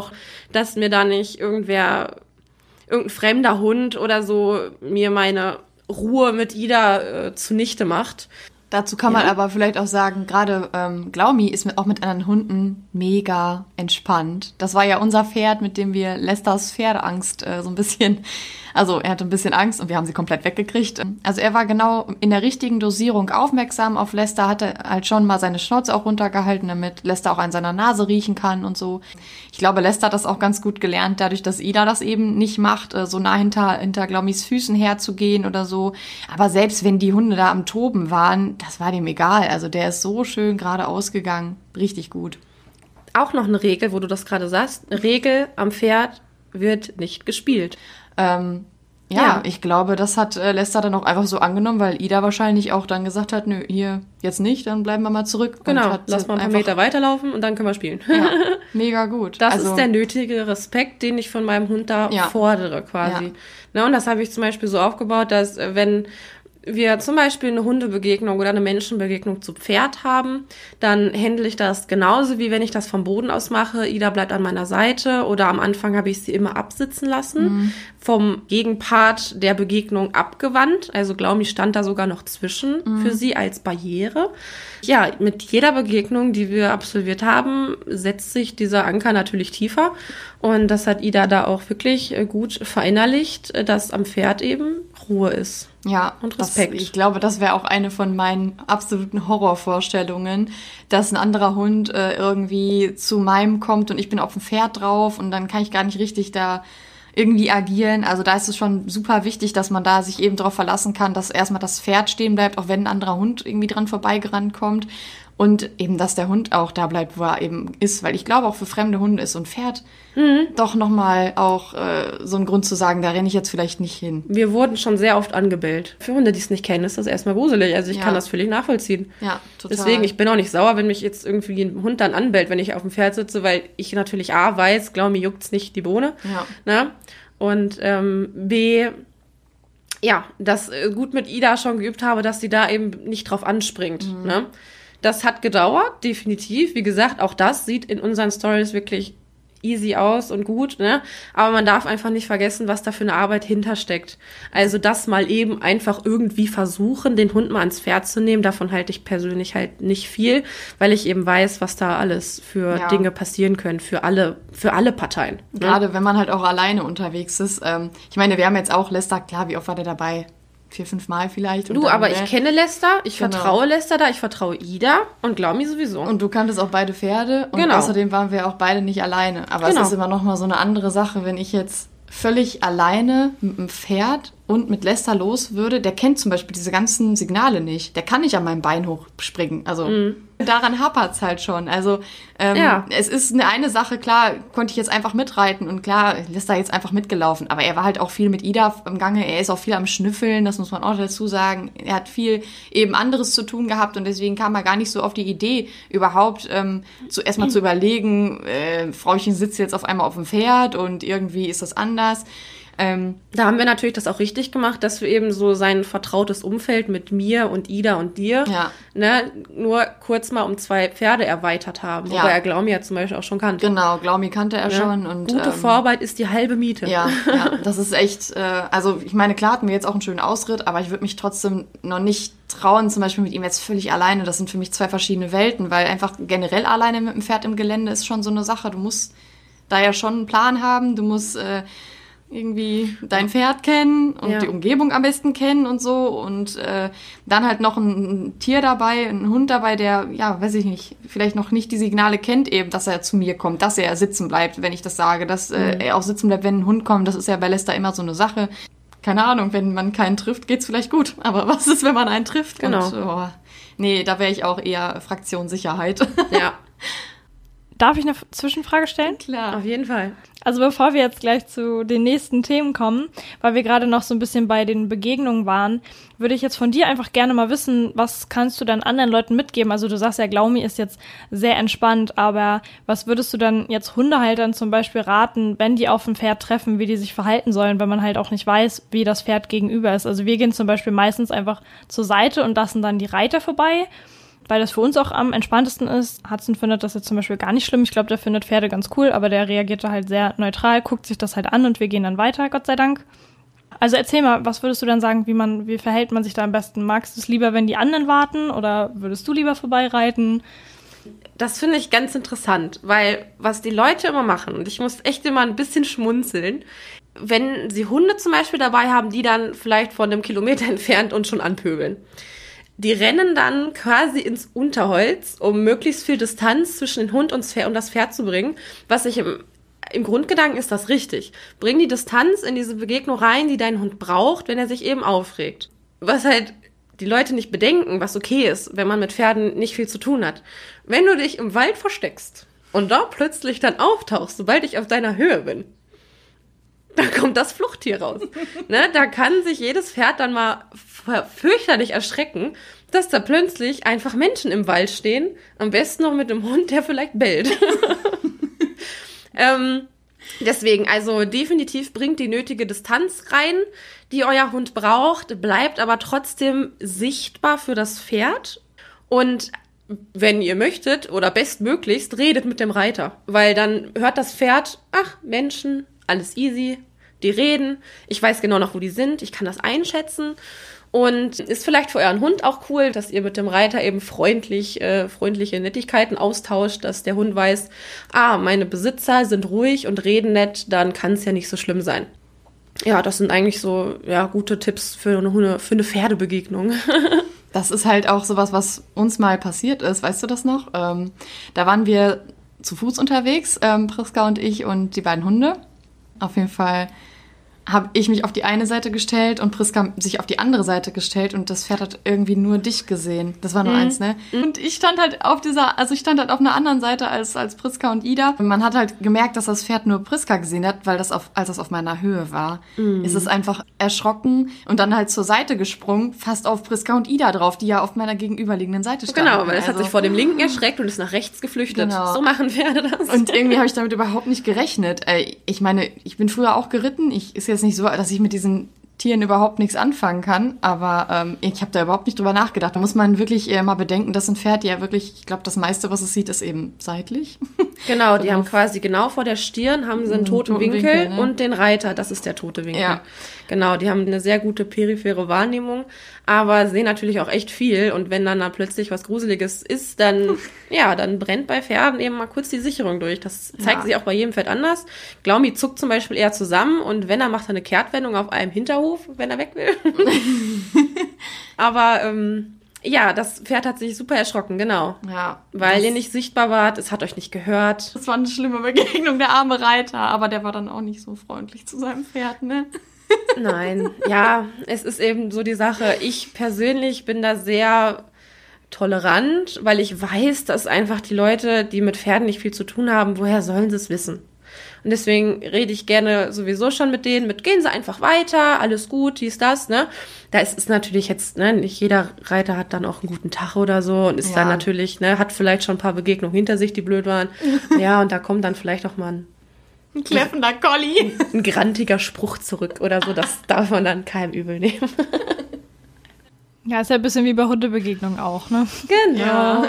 mir da nicht irgendein fremder Hund oder so mir meine Ruhe mit Ida zunichte macht. Dazu kann man aber vielleicht auch sagen, gerade Glaumi ist auch mit anderen Hunden mega entspannt. Das war ja unser Pferd, mit dem wir Lesters Pferdeangst so ein bisschen, also er hatte ein bisschen Angst und wir haben sie komplett weggekriegt. Also er war genau in der richtigen Dosierung aufmerksam auf Lester, hatte halt schon mal seine Schnauze auch runtergehalten, damit Lester auch an seiner Nase riechen kann und so. Ich glaube, Lester hat das auch ganz gut gelernt, dadurch, dass Ida das eben nicht macht, so nah hinter Glaumis Füßen herzugehen oder so. Aber selbst wenn die Hunde da am Toben waren, das war dem egal. Also der ist so schön gerade ausgegangen. Richtig gut. Auch noch eine Regel, wo du das gerade sagst. Eine Regel am Pferd wird nicht gespielt. Ja, ich glaube, das hat Lester dann auch einfach so angenommen, weil Ida wahrscheinlich auch dann gesagt hat, nö, hier jetzt nicht, dann bleiben wir mal zurück. Genau, lass mal ein paar Meter weiterlaufen und dann können wir spielen. Ja, mega gut. Das ist der nötige Respekt, den ich von meinem Hund da fordere quasi. Ja. Na, und das habe ich zum Beispiel so aufgebaut, dass wenn wir zum Beispiel eine Hundebegegnung oder eine Menschenbegegnung zu Pferd haben, dann handle ich das genauso, wie wenn ich das vom Boden aus mache. Ida bleibt an meiner Seite oder am Anfang habe ich sie immer absitzen lassen, vom Gegenpart der Begegnung abgewandt. Also Glaumi stand da sogar noch zwischen für sie als Barriere. Ja, mit jeder Begegnung, die wir absolviert haben, setzt sich dieser Anker natürlich tiefer. Und das hat Ida da auch wirklich gut verinnerlicht, dass am Pferd eben Ruhe ist. Ja, und Respekt. Ich glaube, das wäre auch eine von meinen absoluten Horrorvorstellungen, dass ein anderer Hund irgendwie zu meinem kommt und ich bin auf dem Pferd drauf und dann kann ich gar nicht richtig da irgendwie agieren. Also da ist es schon super wichtig, dass man da sich eben darauf verlassen kann, dass erstmal das Pferd stehen bleibt, auch wenn ein anderer Hund irgendwie dran vorbeigerannt kommt. Und eben, dass der Hund auch da bleibt, wo er eben ist. Weil ich glaube, auch für fremde Hunde ist so ein Pferd doch nochmal auch so ein Grund zu sagen, da renne ich jetzt vielleicht nicht hin. Wir wurden schon sehr oft angebellt. Für Hunde, die es nicht kennen, ist das erstmal gruselig. Also ich kann das völlig nachvollziehen. Ja, total. Deswegen, ich bin auch nicht sauer, wenn mich jetzt irgendwie ein Hund dann anbellt, wenn ich auf dem Pferd sitze, weil ich natürlich A, weiß, Glaumi juckt's nicht die Bohne. Ja. Na? Und B, ja, das gut mit Ida schon geübt habe, dass sie da eben nicht drauf anspringt. Ne? Das hat gedauert, definitiv. Wie gesagt, auch das sieht in unseren Stories wirklich easy aus und gut, ne? Aber man darf einfach nicht vergessen, was da für eine Arbeit hintersteckt. Also das mal eben einfach irgendwie versuchen, den Hund mal ans Pferd zu nehmen, davon halte ich persönlich halt nicht viel, weil ich eben weiß, was da alles für Dinge passieren können, für alle Parteien. Ne? Gerade wenn man halt auch alleine unterwegs ist. Ich meine, wir haben jetzt auch Lester, klar, wie oft war der dabei? 4-5 Mal vielleicht. Und aber ich kenne Lester, ich vertraue Lester da, ich vertraue Ida und Glaumi sowieso. Und du kanntest auch beide Pferde und außerdem waren wir auch beide nicht alleine. Aber es ist immer noch mal so eine andere Sache, wenn ich jetzt völlig alleine mit einem Pferd und mit Lester los würde, der kennt zum Beispiel diese ganzen Signale nicht. Der kann nicht an meinem Bein hochspringen. Also daran hapert's halt schon. Also es ist eine Sache, klar, konnte ich jetzt einfach mitreiten und klar, Lester jetzt einfach mitgelaufen. Aber er war halt auch viel mit Ida im Gange. Er ist auch viel am Schnüffeln, das muss man auch dazu sagen. Er hat viel eben anderes zu tun gehabt und deswegen kam er gar nicht so auf die Idee, überhaupt erstmal zu überlegen, Frauchen sitzt jetzt auf einmal auf dem Pferd und irgendwie ist das anders. Da haben wir natürlich das auch richtig gemacht, dass wir eben so sein vertrautes Umfeld mit mir und Ida und dir nur kurz mal um 2 Pferde erweitert haben, wobei er Glaumi ja zum Beispiel auch schon kannte. Genau, Glaumi kannte er schon. Und gute Vorarbeit ist die halbe Miete. Ja, das ist echt, also ich meine, klar hatten wir jetzt auch einen schönen Ausritt, aber ich würde mich trotzdem noch nicht trauen, zum Beispiel mit ihm jetzt völlig alleine. Das sind für mich 2 verschiedene Welten, weil einfach generell alleine mit dem Pferd im Gelände ist schon so eine Sache. Du musst da ja schon einen Plan haben, du musst irgendwie dein Pferd kennen und die Umgebung am besten kennen und so und dann halt noch ein Tier dabei, ein Hund dabei, der, weiß ich nicht, vielleicht noch nicht die Signale kennt eben, dass er zu mir kommt, dass er sitzen bleibt, wenn ich das sage, dass er auch sitzen bleibt, wenn ein Hund kommt, das ist ja bei Lester immer so eine Sache. Keine Ahnung, wenn man keinen trifft, geht's vielleicht gut, aber was ist, wenn man einen trifft? Genau. Und, nee, da wäre ich auch eher Fraktion Sicherheit. Ja. Darf ich eine Zwischenfrage stellen? Klar. Auf jeden Fall. Also bevor wir jetzt gleich zu den nächsten Themen kommen, weil wir gerade noch so ein bisschen bei den Begegnungen waren, würde ich jetzt von dir einfach gerne mal wissen, was kannst du dann anderen Leuten mitgeben? Also du sagst ja, Glaumi ist jetzt sehr entspannt, aber was würdest du dann jetzt Hundehaltern zum Beispiel raten, wenn die auf ein Pferd treffen, wie die sich verhalten sollen, weil man halt auch nicht weiß, wie das Pferd gegenüber ist? Also wir gehen zum Beispiel meistens einfach zur Seite und lassen dann die Reiter vorbei, weil das für uns auch am entspanntesten ist. Hudson findet das jetzt zum Beispiel gar nicht schlimm. Ich glaube, der findet Pferde ganz cool, aber der reagiert da halt sehr neutral, guckt sich das halt an und wir gehen dann weiter, Gott sei Dank. Also erzähl mal, was würdest du dann sagen, wie verhält man sich da am besten? Magst du es lieber, wenn die anderen warten oder würdest du lieber vorbeireiten? Das finde ich ganz interessant, weil was die Leute immer machen, und ich muss echt immer ein bisschen schmunzeln, wenn sie Hunde zum Beispiel dabei haben, die dann vielleicht von einem Kilometer entfernt und schon anpöbeln. Die rennen dann quasi ins Unterholz, um möglichst viel Distanz zwischen den Hund und das Pferd zu bringen. Was ich im Grundgedanken ist das richtig. Bring die Distanz in diese Begegnung rein, die dein Hund braucht, wenn er sich eben aufregt. Was halt die Leute nicht bedenken, was okay ist, wenn man mit Pferden nicht viel zu tun hat. Wenn du dich im Wald versteckst und da plötzlich dann auftauchst, sobald ich auf deiner Höhe bin, da kommt das Fluchttier raus. Ne? Da kann sich jedes Pferd dann mal fürchterlich erschrecken, dass da plötzlich einfach Menschen im Wald stehen. Am besten noch mit einem Hund, der vielleicht bellt. Deswegen, also definitiv bringt die nötige Distanz rein, die euer Hund braucht, bleibt aber trotzdem sichtbar für das Pferd. Und wenn ihr möchtet oder bestmöglichst, redet mit dem Reiter. Weil dann hört das Pferd, ach, Menschen, alles easy, die reden, ich weiß genau noch, wo die sind, ich kann das einschätzen und ist vielleicht für euren Hund auch cool, dass ihr mit dem Reiter eben freundliche Nettigkeiten austauscht, dass der Hund weiß, meine Besitzer sind ruhig und reden nett, dann kann es ja nicht so schlimm sein. Ja, das sind eigentlich so gute Tipps für eine Pferdebegegnung. Das ist halt auch sowas, was uns mal passiert ist, weißt du das noch? Da waren wir zu Fuß unterwegs, Priska und ich und die beiden Hunde. Auf jeden Fall habe ich mich auf die eine Seite gestellt und Priska sich auf die andere Seite gestellt und das Pferd hat irgendwie nur dich gesehen. Das war nur eins, ne? Und ich stand halt auf auf einer anderen Seite als Priska und Ida. Und man hat halt gemerkt, dass das Pferd nur Priska gesehen hat, weil als das auf meiner Höhe war, ist es einfach erschrocken und dann halt zur Seite gesprungen, fast auf Priska und Ida drauf, die ja auf meiner gegenüberliegenden Seite standen. Genau, weil es hat sich vor dem Linken erschreckt und ist nach rechts geflüchtet. Genau. So machen Pferde das. Und irgendwie habe ich damit überhaupt nicht gerechnet. Ich meine, ich bin früher auch geritten. Ist jetzt nicht so, dass ich mit diesen Tieren überhaupt nichts anfangen kann, aber ich habe da überhaupt nicht drüber nachgedacht. Da muss man wirklich mal bedenken, dass ein Pferd ja wirklich, ich glaube, das meiste, was es sieht, ist eben seitlich. Genau, die haben quasi genau vor der Stirn haben sie einen toten Winkel, ne? Und den Reiter, das ist der tote Winkel. Ja. Genau, die haben eine sehr gute periphere Wahrnehmung, aber sehen natürlich auch echt viel und wenn dann da plötzlich was Gruseliges ist, dann dann brennt bei Pferden eben mal kurz die Sicherung durch. Das zeigt sich auch bei jedem Pferd anders. Glaumi zuckt zum Beispiel eher zusammen und wenn er macht er eine Kehrtwendung auf einem Hinterhof, wenn er weg will. Aber das Pferd hat sich super erschrocken, genau. Ja. Weil ihr nicht sichtbar wart, es hat euch nicht gehört. Das war eine schlimme Begegnung, der arme Reiter, aber der war dann auch nicht so freundlich zu seinem Pferd, ne? Nein, ja, es ist eben so die Sache. Ich persönlich bin da sehr tolerant, weil ich weiß, dass einfach die Leute, die mit Pferden nicht viel zu tun haben, woher sollen sie es wissen? Und deswegen rede ich gerne sowieso schon mit denen, gehen sie einfach weiter, alles gut, dies, das, ne? Da ist es natürlich jetzt, ne, nicht jeder Reiter hat dann auch einen guten Tag oder so und ist dann natürlich, ne, hat vielleicht schon ein paar Begegnungen hinter sich, die blöd waren. Ja, und da kommt dann vielleicht auch mal ein kläffender Collie. Ein grantiger Spruch zurück oder so, das darf man dann keinem übel nehmen. Ja, ist ja ein bisschen wie bei Hundebegegnungen auch, ne? Genau. Ja.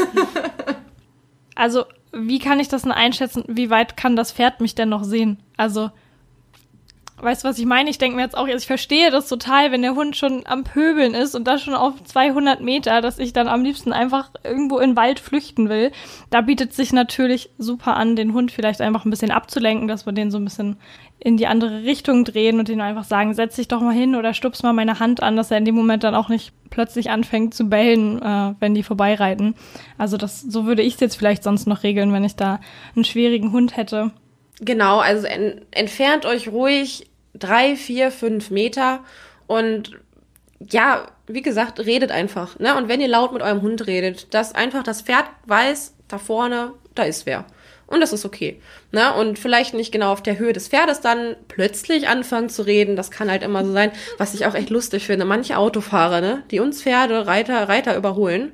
Also, wie kann ich das denn einschätzen? Wie weit kann das Pferd mich denn noch sehen? Also, weißt du, was ich meine? Ich denke mir jetzt auch, ich verstehe das total, wenn der Hund schon am Pöbeln ist und das schon auf 200 Meter, dass ich dann am liebsten einfach irgendwo in den Wald flüchten will. Da bietet sich natürlich super an, den Hund vielleicht einfach ein bisschen abzulenken, dass wir den so ein bisschen in die andere Richtung drehen und den einfach sagen, setz dich doch mal hin oder stups mal meine Hand an, dass er in dem Moment dann auch nicht plötzlich anfängt zu bellen, wenn die vorbeireiten. Also so würde ich es jetzt vielleicht sonst noch regeln, wenn ich da einen schwierigen Hund hätte. Genau, also entfernt euch ruhig 3, 4, 5 Meter und ja, wie gesagt, redet einfach, ne? Und wenn ihr laut mit eurem Hund redet, dass einfach das Pferd weiß, da vorne, da ist wer. Und das ist okay, ne? Und vielleicht nicht genau auf der Höhe des Pferdes dann plötzlich anfangen zu reden, das kann halt immer so sein, was ich auch echt lustig finde. Manche Autofahrer, ne, die uns Pferde, Reiter überholen,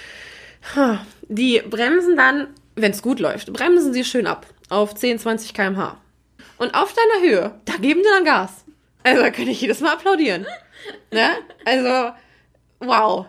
die bremsen dann, wenn es gut läuft, bremsen sie schön ab auf 10, 20 km/h. Und auf deiner Höhe, da geben sie dann Gas. Also da könnte ich jedes Mal applaudieren. Ne? Also, wow.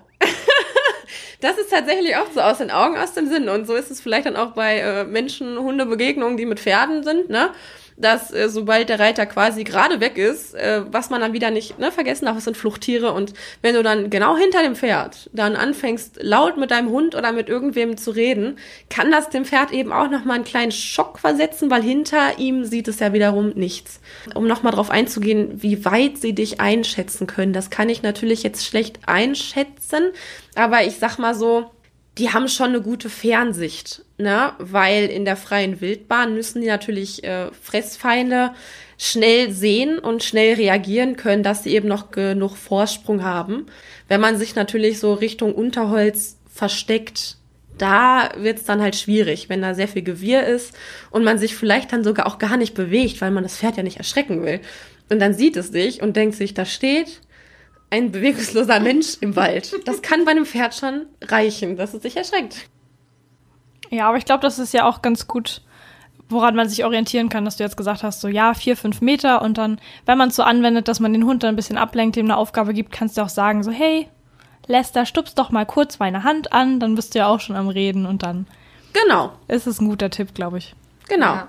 Das ist tatsächlich auch so aus den Augen, aus dem Sinn. Und so ist es vielleicht dann auch bei Menschen-Hunde-Begegnungen, die mit Pferden sind, ne? Dass sobald der Reiter quasi gerade weg ist, was man dann wieder nicht vergessen darf, es sind Fluchttiere. Und wenn du dann genau hinter dem Pferd dann anfängst, laut mit deinem Hund oder mit irgendwem zu reden, kann das dem Pferd eben auch nochmal einen kleinen Schock versetzen, weil hinter ihm sieht es ja wiederum nichts. Um nochmal drauf einzugehen, wie weit sie dich einschätzen können, das kann ich natürlich jetzt schlecht einschätzen, aber ich sag mal so, die haben schon eine gute Fernsicht, ne? Weil in der freien Wildbahn müssen die natürlich Fressfeinde schnell sehen und schnell reagieren können, dass sie eben noch genug Vorsprung haben. Wenn man sich natürlich so Richtung Unterholz versteckt, da wird's dann halt schwierig, wenn da sehr viel Gewirr ist und man sich vielleicht dann sogar auch gar nicht bewegt, weil man das Pferd ja nicht erschrecken will. Und dann sieht es dich und denkt sich, da steht ein bewegungsloser Mensch im Wald. Das kann bei einem Pferd schon reichen, dass es sich erschreckt. Ja, aber ich glaube, das ist ja auch ganz gut, woran man sich orientieren kann, dass du jetzt gesagt hast, so 4, 5 Meter und dann, wenn man es so anwendet, dass man den Hund dann ein bisschen ablenkt, dem eine Aufgabe gibt, kannst du auch sagen, so hey, Lester, stupst doch mal kurz meine Hand an, dann bist du ja auch schon am Reden und dann ist es ein guter Tipp, glaube ich. Genau. Ja.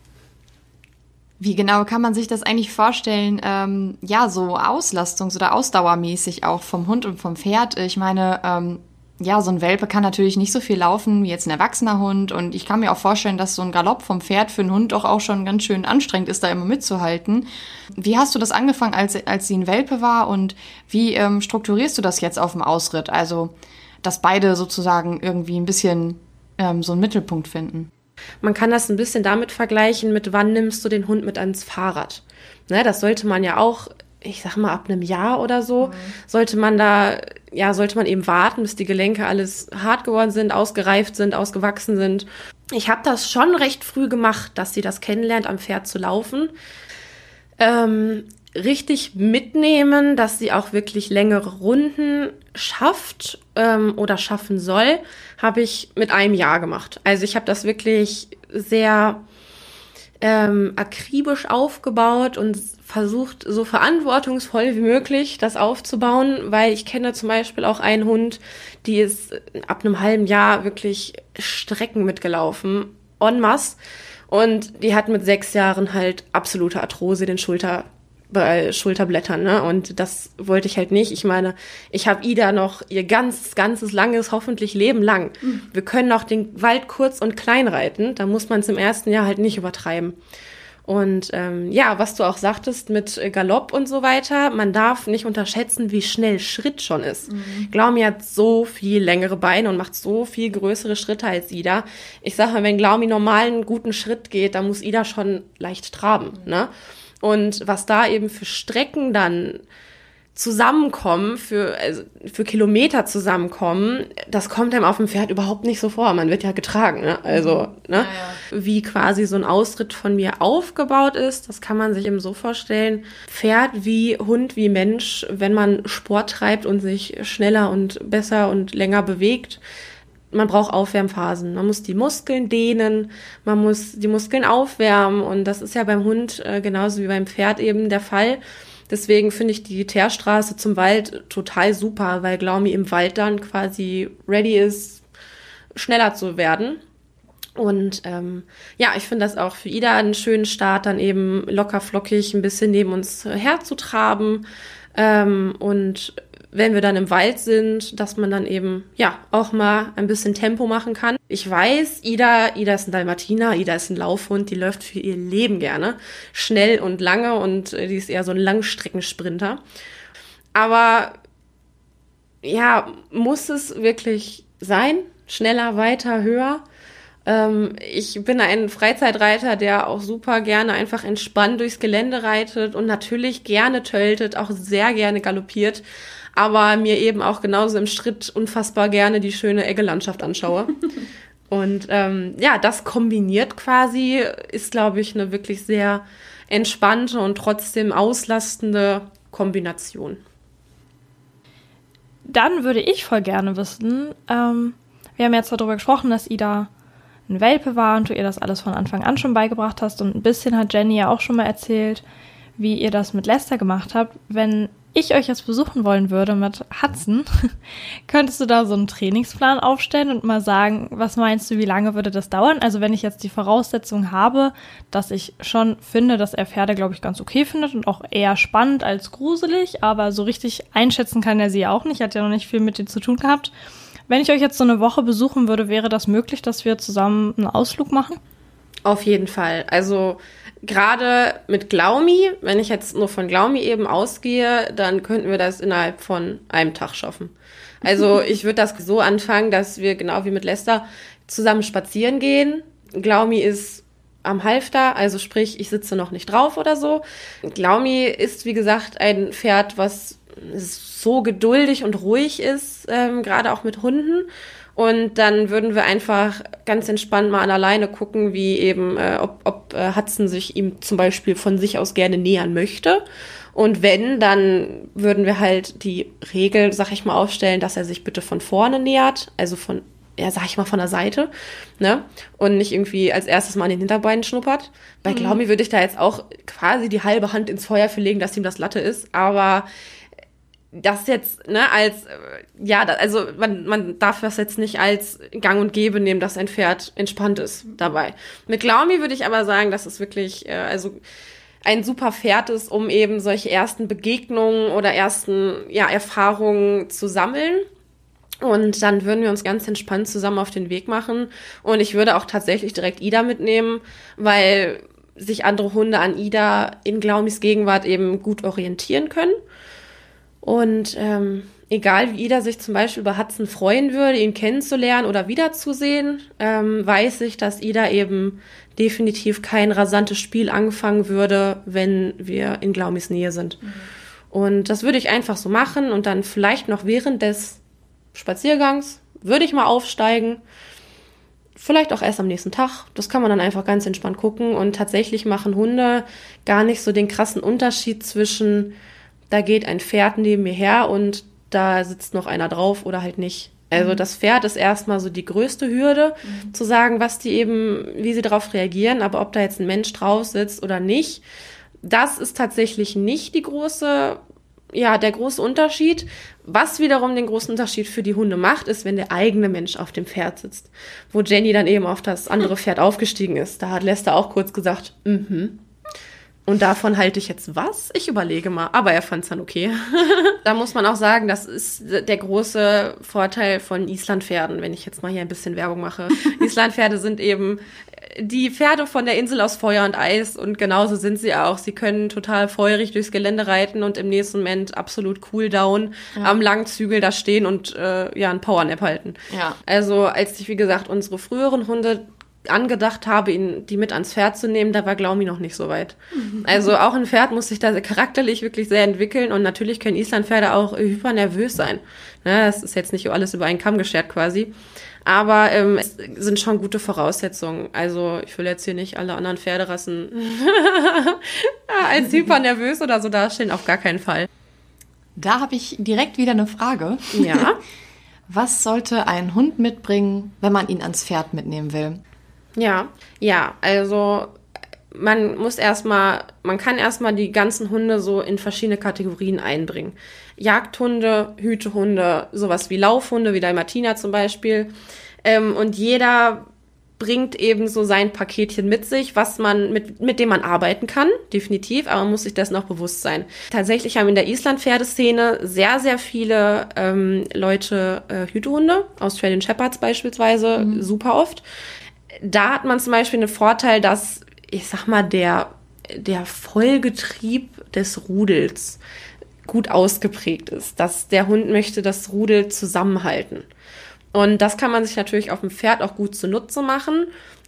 Wie genau kann man sich das eigentlich vorstellen, so auslastungs- oder ausdauermäßig auch vom Hund und vom Pferd? Ich meine, so ein Welpe kann natürlich nicht so viel laufen wie jetzt ein erwachsener Hund und ich kann mir auch vorstellen, dass so ein Galopp vom Pferd für einen Hund doch auch schon ganz schön anstrengend ist, da immer mitzuhalten. Wie hast du das angefangen, als sie ein Welpe war und wie strukturierst du das jetzt auf dem Ausritt? Also, dass beide sozusagen irgendwie ein bisschen so einen Mittelpunkt finden. Man kann das ein bisschen damit vergleichen, mit wann nimmst du den Hund mit ans Fahrrad. Ne, das sollte man ja auch, ich sag mal, ab einem Jahr oder so, sollte man eben warten, bis die Gelenke alles hart geworden sind, ausgereift sind, ausgewachsen sind. Ich habe das schon recht früh gemacht, dass sie das kennenlernt, am Pferd zu laufen. Richtig mitnehmen, dass sie auch wirklich längere Runden schafft oder schaffen soll, habe ich mit einem Jahr gemacht. Also ich habe das wirklich sehr akribisch aufgebaut und versucht, so verantwortungsvoll wie möglich das aufzubauen, weil ich kenne zum Beispiel auch einen Hund, die ist ab einem halben Jahr wirklich Strecken mitgelaufen, en masse, und die hat mit 6 Jahren halt absolute Arthrose in den Schulterblättern, ne? Und das wollte ich halt nicht. Ich meine, ich habe Ida noch ihr ganzes langes, hoffentlich Leben lang. Wir können auch den Wald kurz und klein reiten. Da muss man es im ersten Jahr halt nicht übertreiben. Und was du auch sagtest mit Galopp und so weiter, man darf nicht unterschätzen, wie schnell Schritt schon ist. Glaumi hat so viel längere Beine und macht so viel größere Schritte als Ida. Ich sag mal, wenn Glaumi normalen guten Schritt geht, dann muss Ida schon leicht traben, ne? Und was da eben für Strecken dann zusammenkommen, für Kilometer zusammenkommen, das kommt einem auf dem Pferd überhaupt nicht so vor. Man wird ja getragen, ne? Also, ne? Ja. Wie quasi so ein Ausritt von mir aufgebaut ist, das kann man sich eben so vorstellen. Pferd wie Hund wie Mensch, wenn man Sport treibt und sich schneller und besser und länger bewegt. Man braucht Aufwärmphasen. Man muss die Muskeln dehnen, man muss die Muskeln aufwärmen und das ist ja beim Hund genauso wie beim Pferd eben der Fall. Deswegen finde ich die Teerstraße zum Wald total super, weil Glaumi im Wald dann quasi ready ist, schneller zu werden. Und ich finde das auch für Ida einen schönen Start, dann eben locker flockig ein bisschen neben uns herzutraben. Und wenn wir dann im Wald sind, dass man dann eben auch mal ein bisschen Tempo machen kann. Ich weiß, Ida ist ein Dalmatiner, Ida ist ein Laufhund, die läuft für ihr Leben gerne, schnell und lange und die ist eher so ein Langstreckensprinter. Aber muss es wirklich sein? Schneller, weiter, höher? Ich bin ein Freizeitreiter, der auch super gerne einfach entspannt durchs Gelände reitet und natürlich gerne töltet, auch sehr gerne galoppiert, aber mir eben auch genauso im Schritt unfassbar gerne die schöne Eggelandschaft anschaue. Und das kombiniert quasi ist, glaube ich, eine wirklich sehr entspannte und trotzdem auslastende Kombination. Dann würde ich voll gerne wissen, wir haben jetzt darüber gesprochen, dass Ida ein Welpe war und du ihr das alles von Anfang an schon beigebracht hast und ein bisschen hat Jenny ja auch schon mal erzählt, wie ihr das mit Lester gemacht habt. Wenn ich euch jetzt besuchen wollen würde mit Hudson, könntest du da so einen Trainingsplan aufstellen und mal sagen, was meinst du, wie lange würde das dauern? Also wenn ich jetzt die Voraussetzung habe, dass ich schon finde, dass er Pferde, glaube ich, ganz okay findet und auch eher spannend als gruselig, aber so richtig einschätzen kann er sie ja auch nicht, hat ja noch nicht viel mit denen zu tun gehabt. Wenn ich euch jetzt so eine Woche besuchen würde, wäre das möglich, dass wir zusammen einen Ausflug machen? Auf jeden Fall. Also gerade mit Glaumi, wenn ich jetzt nur von Glaumi eben ausgehe, dann könnten wir das innerhalb von einem Tag schaffen. Also ich würde das so anfangen, dass wir genau wie mit Lester zusammen spazieren gehen. Glaumi ist am Halfter, also sprich, ich sitze noch nicht drauf oder so. Glaumi ist, wie gesagt, ein Pferd, was so geduldig und ruhig ist, gerade auch mit Hunden. Und dann würden wir einfach ganz entspannt mal an alleine gucken, wie eben, ob Hudson sich ihm zum Beispiel von sich aus gerne nähern möchte. Und wenn, dann würden wir halt die Regel, sag ich mal, aufstellen, dass er sich bitte von vorne nähert, also von der Seite, ne? Und nicht irgendwie als erstes mal an den Hinterbeinen schnuppert. Bei Glaumi würde ich da jetzt auch quasi die halbe Hand ins Feuer für legen, dass ihm das Latte ist, aber das jetzt, ne, also man darf das jetzt nicht als Gang und Gäbe nehmen, dass ein Pferd entspannt ist dabei. Mit Glaumi würde ich aber sagen, dass es wirklich, ein super Pferd ist, um eben solche ersten Begegnungen oder ersten, Erfahrungen zu sammeln. Und dann würden wir uns ganz entspannt zusammen auf den Weg machen. Und ich würde auch tatsächlich direkt Ida mitnehmen, weil sich andere Hunde an Ida in Glaumis Gegenwart eben gut orientieren können. Und egal wie Ida sich zum Beispiel über Hudson freuen würde, ihn kennenzulernen oder wiederzusehen, weiß ich, dass Ida eben definitiv kein rasantes Spiel anfangen würde, wenn wir in Glaumis Nähe sind. Mhm. Und das würde ich einfach so machen und dann vielleicht noch während des Spaziergangs würde ich mal aufsteigen. Vielleicht auch erst am nächsten Tag. Das kann man dann einfach ganz entspannt gucken. Und tatsächlich machen Hunde gar nicht so den krassen Unterschied zwischen da geht ein Pferd neben mir her und da sitzt noch einer drauf oder halt nicht. Also das Pferd ist erstmal so die größte Hürde, zu sagen, wie sie darauf reagieren, aber ob da jetzt ein Mensch drauf sitzt oder nicht, das ist tatsächlich nicht der große Unterschied. Was wiederum den großen Unterschied für die Hunde macht, ist, wenn der eigene Mensch auf dem Pferd sitzt. Wo Jenny dann eben auf das andere Pferd aufgestiegen ist. Da hat Lester auch kurz gesagt, Und davon halte ich jetzt was? Ich überlege mal. Aber er fand es dann okay. Da muss man auch sagen, das ist der große Vorteil von Islandpferden, wenn ich jetzt mal hier ein bisschen Werbung mache. Islandpferde sind eben die Pferde von der Insel aus Feuer und Eis und genauso sind sie auch. Sie können total feurig durchs Gelände reiten und im nächsten Moment absolut cool down am langen Zügel da stehen und einen Powernap halten. Ja. Also als ich, wie gesagt, unsere früheren Hunde angedacht habe, die mit ans Pferd zu nehmen, da war Glaumi noch nicht so weit. Also auch ein Pferd muss sich da charakterlich wirklich sehr entwickeln und natürlich können Islandpferde auch hypernervös sein. Ne, das ist jetzt nicht alles über einen Kamm geschert quasi. Aber es sind schon gute Voraussetzungen. Also ich will jetzt hier nicht alle anderen Pferderassen als hypernervös oder so darstellen, auf gar keinen Fall. Da habe ich direkt wieder eine Frage. Ja. Was sollte ein Hund mitbringen, wenn man ihn ans Pferd mitnehmen will? Ja, also man kann erstmal die ganzen Hunde so in verschiedene Kategorien einbringen. Jagdhunde, Hütehunde, sowas wie Laufhunde, wie Dalmatiner zum Beispiel. Und jeder bringt eben so sein Paketchen mit sich, was man mit dem man arbeiten kann, definitiv, aber man muss sich dessen auch bewusst sein. Tatsächlich haben in der Island-Pferdeszene sehr, sehr viele Leute Hütehunde, Australian Shepherds beispielsweise, super oft. Da hat man zum Beispiel einen Vorteil, dass, ich sag mal, der Folgetrieb des Rudels gut ausgeprägt ist, dass der Hund möchte das Rudel zusammenhalten. Und das kann man sich natürlich auf dem Pferd auch gut zunutze machen.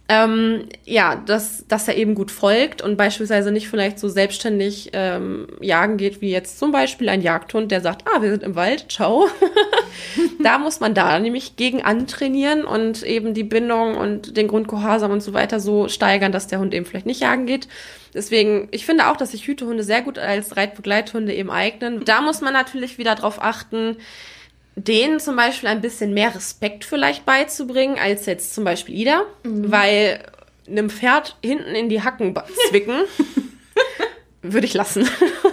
Dass er eben gut folgt und beispielsweise nicht vielleicht so selbstständig jagen geht, wie jetzt zum Beispiel ein Jagdhund, der sagt, wir sind im Wald, ciao. Da muss man da nämlich gegen antrainieren und eben die Bindung und den Grundgehorsam und so weiter so steigern, dass der Hund eben vielleicht nicht jagen geht. Deswegen, ich finde auch, dass sich Hütehunde sehr gut als Reitbegleithunde eben eignen. Da muss man natürlich wieder drauf achten, denen zum Beispiel ein bisschen mehr Respekt vielleicht beizubringen, als jetzt zum Beispiel Ida, weil einem Pferd hinten in die Hacken zwicken, würde ich lassen.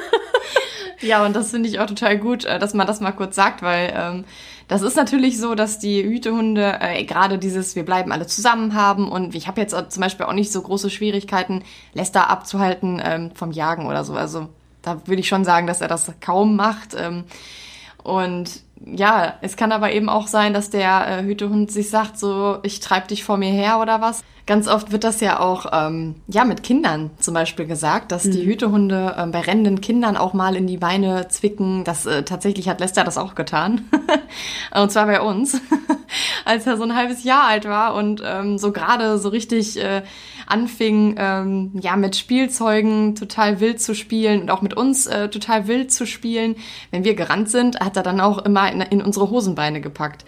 Ja, und das finde ich auch total gut, dass man das mal kurz sagt, weil das ist natürlich so, dass die Hütehunde gerade dieses wir bleiben alle zusammen haben und ich habe jetzt zum Beispiel auch nicht so große Schwierigkeiten, Lester abzuhalten vom Jagen oder so. Also da würde ich schon sagen, dass er das kaum macht. Und ja, es kann aber eben auch sein, dass der Hütehund sich sagt, so, ich treibe dich vor mir her oder was. Ganz oft wird das ja auch mit Kindern zum Beispiel gesagt, dass die Hütehunde bei rennenden Kindern auch mal in die Beine zwicken. Das tatsächlich hat Lester das auch getan. Und zwar bei uns, als er so ein halbes Jahr alt war und so gerade so richtig anfing, mit Spielzeugen total wild zu spielen und auch mit uns total wild zu spielen. Wenn wir gerannt sind, hat er dann auch immer in unsere Hosenbeine gepackt.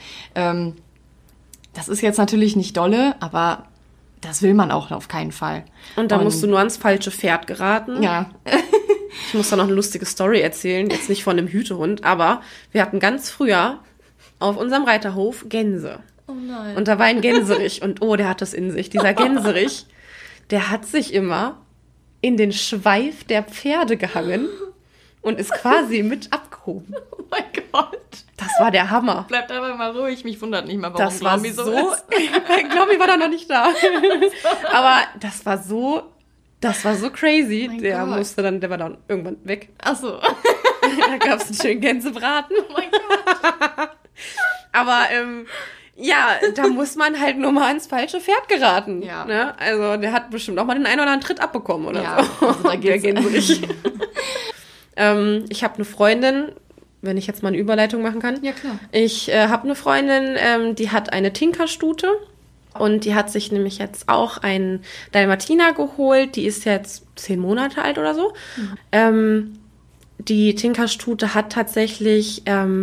Das ist jetzt natürlich nicht dolle, aber das will man auch auf keinen Fall. Und da musst du nur ans falsche Pferd geraten. Ja. Ich muss da noch eine lustige Story erzählen, jetzt nicht von einem Hütehund, aber wir hatten ganz früher auf unserem Reiterhof Gänse. Oh nein. Und da war ein Gänserich und der hat das in sich. Dieser Gänserich, der hat sich immer in den Schweif der Pferde gehangen und ist quasi mit abgehoben. Oh mein Gott. Das war der Hammer. Bleibt einfach mal ruhig, mich wundert nicht mal, warum das war Glaumi so ist. Glaumi war da noch nicht da. Aber das war so crazy. Mein Der Gott. der war dann irgendwann weg. Ach so. Da gab es einen schönen Gänsebraten. Oh mein Gott. Aber da muss man halt nur mal ins falsche Pferd geraten. Ja. Ne? Also der hat bestimmt auch mal den einen oder anderen Tritt abbekommen oder Ja, so. also da geht's. Der Gänserich. Ich habe eine Freundin, wenn ich jetzt mal eine Überleitung machen kann. Ja, klar. Ich habe eine Freundin, die hat eine Tinkerstute und die hat sich nämlich jetzt auch einen Dalmatiner geholt. Die ist jetzt 10 Monate alt oder so. Die Tinkerstute hat tatsächlich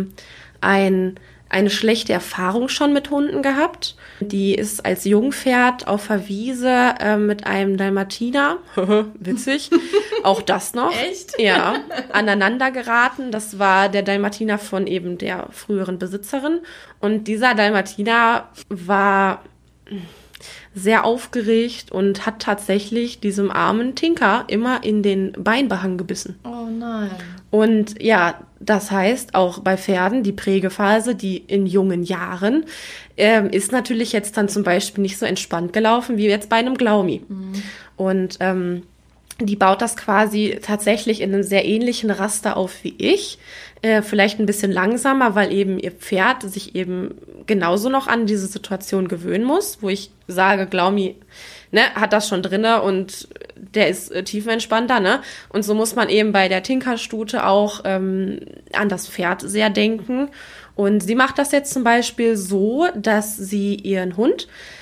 eine schlechte Erfahrung schon mit Hunden gehabt. Die ist als Jungpferd auf der Wiese mit einem Dalmatiner, witzig, auch das noch. Echt? Ja, aneinander geraten. Das war der Dalmatiner von eben der früheren Besitzerin. Und dieser Dalmatiner war sehr aufgeregt und hat tatsächlich diesem armen Tinker immer in den Beinbehang gebissen. Oh nein. Und ja, das heißt, auch bei Pferden, die Prägephase, die in jungen Jahren, ist natürlich jetzt dann zum Beispiel nicht so entspannt gelaufen wie jetzt bei einem Glaumi. Und die baut das quasi tatsächlich in einem sehr ähnlichen Raster auf wie ich. Vielleicht ein bisschen langsamer, weil eben ihr Pferd sich eben genauso noch an diese Situation gewöhnen muss, wo ich sage, Glaumi hat das schon drinne und der ist tiefenentspannter, ne? Und so muss man eben bei der Tinkerstute auch an das Pferd sehr denken. Und sie macht das jetzt zum Beispiel so, dass sie ihren Hund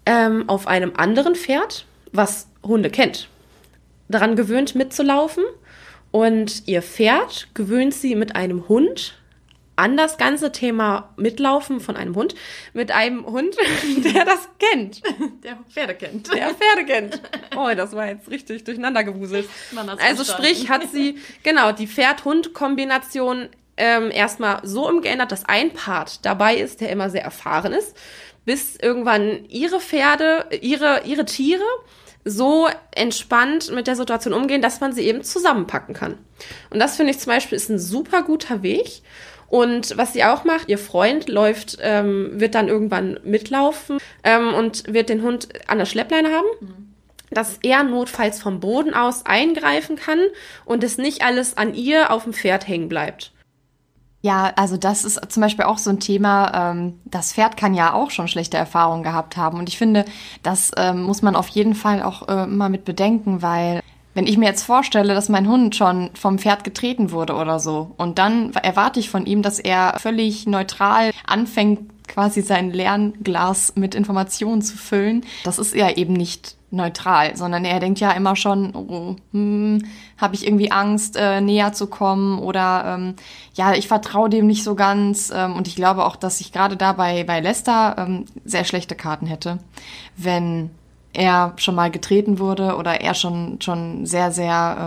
auf einem anderen Pferd, was Hunde kennt, daran gewöhnt mitzulaufen. Und ihr Pferd gewöhnt sie mit einem Hund an das ganze Thema Mitlaufen von einem Hund, mit einem Hund, der das kennt. Der Pferde kennt. Der Pferde kennt. Oh, das war jetzt richtig durcheinander gewuselt. Also sprich, hat sie, genau, die Pferd-Hund-Kombination erstmal so umgeändert, dass ein Part dabei ist, der immer sehr erfahren ist, bis irgendwann ihre Pferde, ihre Tiere so entspannt mit der Situation umgehen, dass man sie eben zusammenpacken kann. Und das finde ich zum Beispiel ist ein super guter Weg. Und was sie auch macht, ihr Freund wird dann irgendwann mitlaufen und wird den Hund an der Schleppleine haben, dass er notfalls vom Boden aus eingreifen kann und es nicht alles an ihr auf dem Pferd hängen bleibt. Ja, also das ist zum Beispiel auch so ein Thema, das Pferd kann ja auch schon schlechte Erfahrungen gehabt haben. Und ich finde, das muss man auf jeden Fall auch immer mit bedenken, weil wenn ich mir jetzt vorstelle, dass mein Hund schon vom Pferd getreten wurde oder so und dann erwarte ich von ihm, dass er völlig neutral anfängt, quasi sein Lernglas mit Informationen zu füllen, das ist ja eben nicht neutral, sondern er denkt ja immer schon, habe ich irgendwie Angst, näher zu kommen oder ja, ich vertraue dem nicht so ganz und ich glaube auch, dass ich gerade da bei Lester sehr schlechte Karten hätte, wenn er schon mal getreten wurde oder er schon sehr, sehr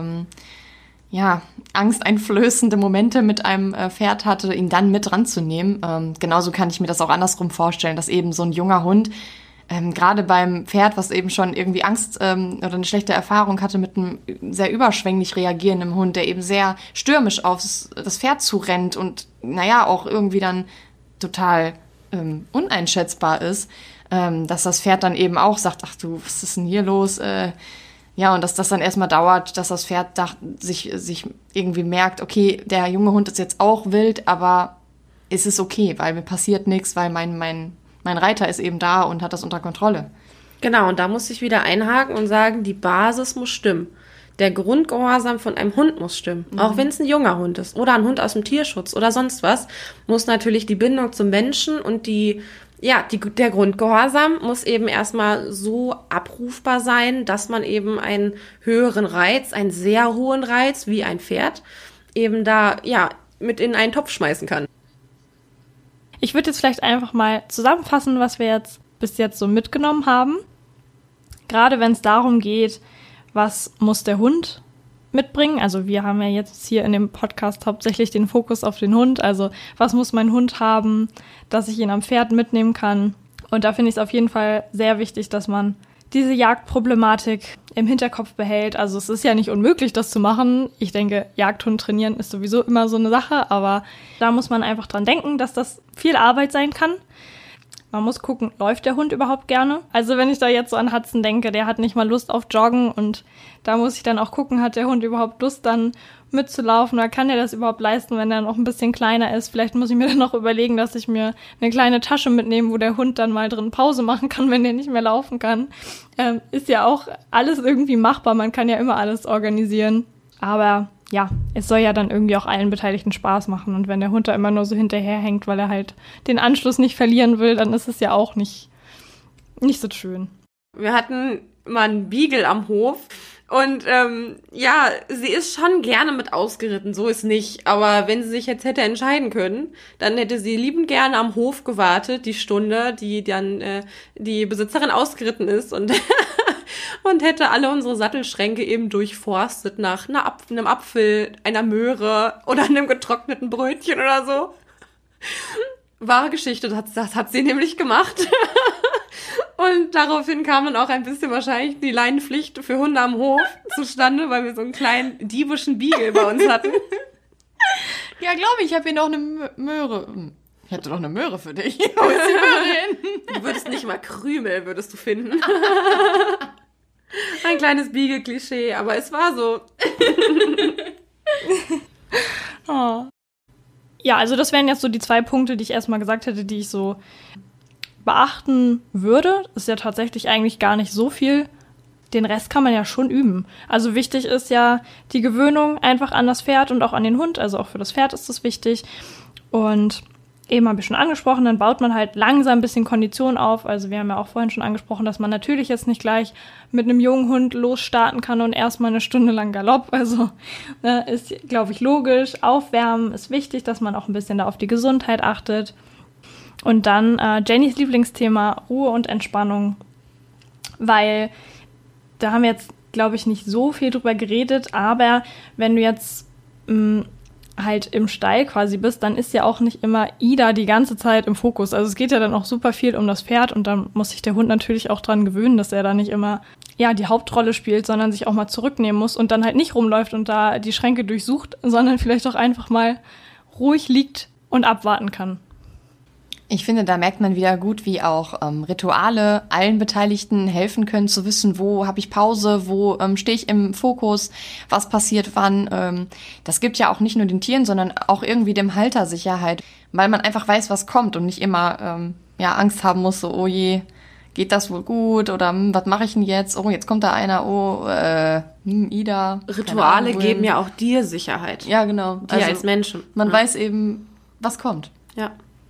angsteinflößende Momente mit einem Pferd hatte, ihn dann mit ranzunehmen. Genauso kann ich mir das auch andersrum vorstellen, dass eben so ein junger Hund gerade beim Pferd, was eben schon irgendwie Angst oder eine schlechte Erfahrung hatte mit einem sehr überschwänglich reagierenden Hund, der eben sehr stürmisch auf das Pferd zurennt und auch irgendwie dann total uneinschätzbar ist, dass das Pferd dann eben auch sagt, ach du, was ist denn hier los? Und dass das dann erstmal dauert, dass das Pferd sich irgendwie merkt, okay, der junge Hund ist jetzt auch wild, aber es ist okay, weil mir passiert nichts, weil mein Reiter ist eben da und hat das unter Kontrolle. Genau, und da muss ich wieder einhaken und sagen, die Basis muss stimmen. Der Grundgehorsam von einem Hund muss stimmen. Auch wenn es ein junger Hund ist oder ein Hund aus dem Tierschutz oder sonst was, muss natürlich die Bindung zum Menschen und der Grundgehorsam muss eben erstmal so abrufbar sein, dass man eben einen höheren Reiz, einen sehr hohen Reiz, wie ein Pferd, eben da, mit in einen Topf schmeißen kann. Ich würde jetzt vielleicht einfach mal zusammenfassen, was wir jetzt bis jetzt so mitgenommen haben. Gerade wenn es darum geht, was muss der Hund mitbringen. Also wir haben ja jetzt hier in dem Podcast hauptsächlich den Fokus auf den Hund. Also was muss mein Hund haben, dass ich ihn am Pferd mitnehmen kann. Und da finde ich es auf jeden Fall sehr wichtig, dass man diese Jagdproblematik im Hinterkopf behält. Also es ist ja nicht unmöglich, das zu machen. Ich denke, Jagdhund trainieren ist sowieso immer so eine Sache, aber da muss man einfach dran denken, dass das viel Arbeit sein kann. Man muss gucken, läuft der Hund überhaupt gerne? Also wenn ich da jetzt so an Hudson denke, der hat nicht mal Lust auf Joggen und da muss ich dann auch gucken, hat der Hund überhaupt Lust dann mitzulaufen oder kann er das überhaupt leisten, wenn er noch ein bisschen kleiner ist? Vielleicht muss ich mir dann noch überlegen, dass ich mir eine kleine Tasche mitnehme, wo der Hund dann mal drin Pause machen kann, wenn der nicht mehr laufen kann. Ist ja auch alles irgendwie machbar, man kann ja immer alles organisieren. Aber ja, es soll ja dann irgendwie auch allen Beteiligten Spaß machen. Und wenn der Hund da immer nur so hinterherhängt, weil er halt den Anschluss nicht verlieren will, dann ist es ja auch nicht so schön. Wir hatten mal einen Beagle am Hof und sie ist schon gerne mit ausgeritten, so ist nicht. Aber wenn sie sich jetzt hätte entscheiden können, dann hätte sie liebend gerne am Hof gewartet, die Stunde, die dann die Besitzerin ausgeritten ist und und hätte alle unsere Sattelschränke eben durchforstet nach einem Apfel, einer Möhre oder einem getrockneten Brötchen oder so. Wahre Geschichte, das hat sie nämlich gemacht. Und daraufhin kam dann auch ein bisschen wahrscheinlich die Leinenpflicht für Hunde am Hof zustande, weil wir so einen kleinen diebischen Beagle bei uns hatten. Ja, glaube ich habe hier noch eine Möhre. Ich hätte doch eine Möhre für dich. Wo ist die Möhre hin? Du würdest nicht mal Krümel, würdest du finden. Ein kleines Beagle-Klischee, aber es war so. Oh. Ja, also das wären jetzt so die 2 Punkte, die ich erstmal gesagt hätte, die ich so beachten würde. Das ist ja tatsächlich eigentlich gar nicht so viel. Den Rest kann man ja schon üben. Also wichtig ist ja die Gewöhnung einfach an das Pferd und auch an den Hund. Also auch für das Pferd ist das wichtig. Und eben habe ich schon angesprochen, dann baut man halt langsam ein bisschen Kondition auf. Also wir haben ja auch vorhin schon angesprochen, dass man natürlich jetzt nicht gleich mit einem jungen Hund losstarten kann und erstmal eine Stunde lang Galopp. Also ist, glaube ich, logisch. Aufwärmen ist wichtig, dass man auch ein bisschen da auf die Gesundheit achtet. Und dann Jennys Lieblingsthema, Ruhe und Entspannung. Weil da haben wir jetzt, glaube ich, nicht so viel drüber geredet, aber wenn du jetzt halt im Stall quasi bist, dann ist ja auch nicht immer Ida die ganze Zeit im Fokus. Also es geht ja dann auch super viel um das Pferd und dann muss sich der Hund natürlich auch dran gewöhnen, dass er da nicht immer die Hauptrolle spielt, sondern sich auch mal zurücknehmen muss und dann halt nicht rumläuft und da die Schränke durchsucht, sondern vielleicht auch einfach mal ruhig liegt und abwarten kann. Ich finde, da merkt man wieder gut, wie auch Rituale allen Beteiligten helfen können, zu wissen, wo habe ich Pause, wo stehe ich im Fokus, was passiert wann. Das gibt ja auch nicht nur den Tieren, sondern auch irgendwie dem Halter Sicherheit, weil man einfach weiß, was kommt und nicht immer Angst haben muss, so, oh je, geht das wohl gut oder was mache ich denn jetzt? Oh, jetzt kommt da einer, Ida. Rituale geben ja auch dir Sicherheit. Ja, genau. Dir als Menschen. Man weiß eben, was kommt. Ja.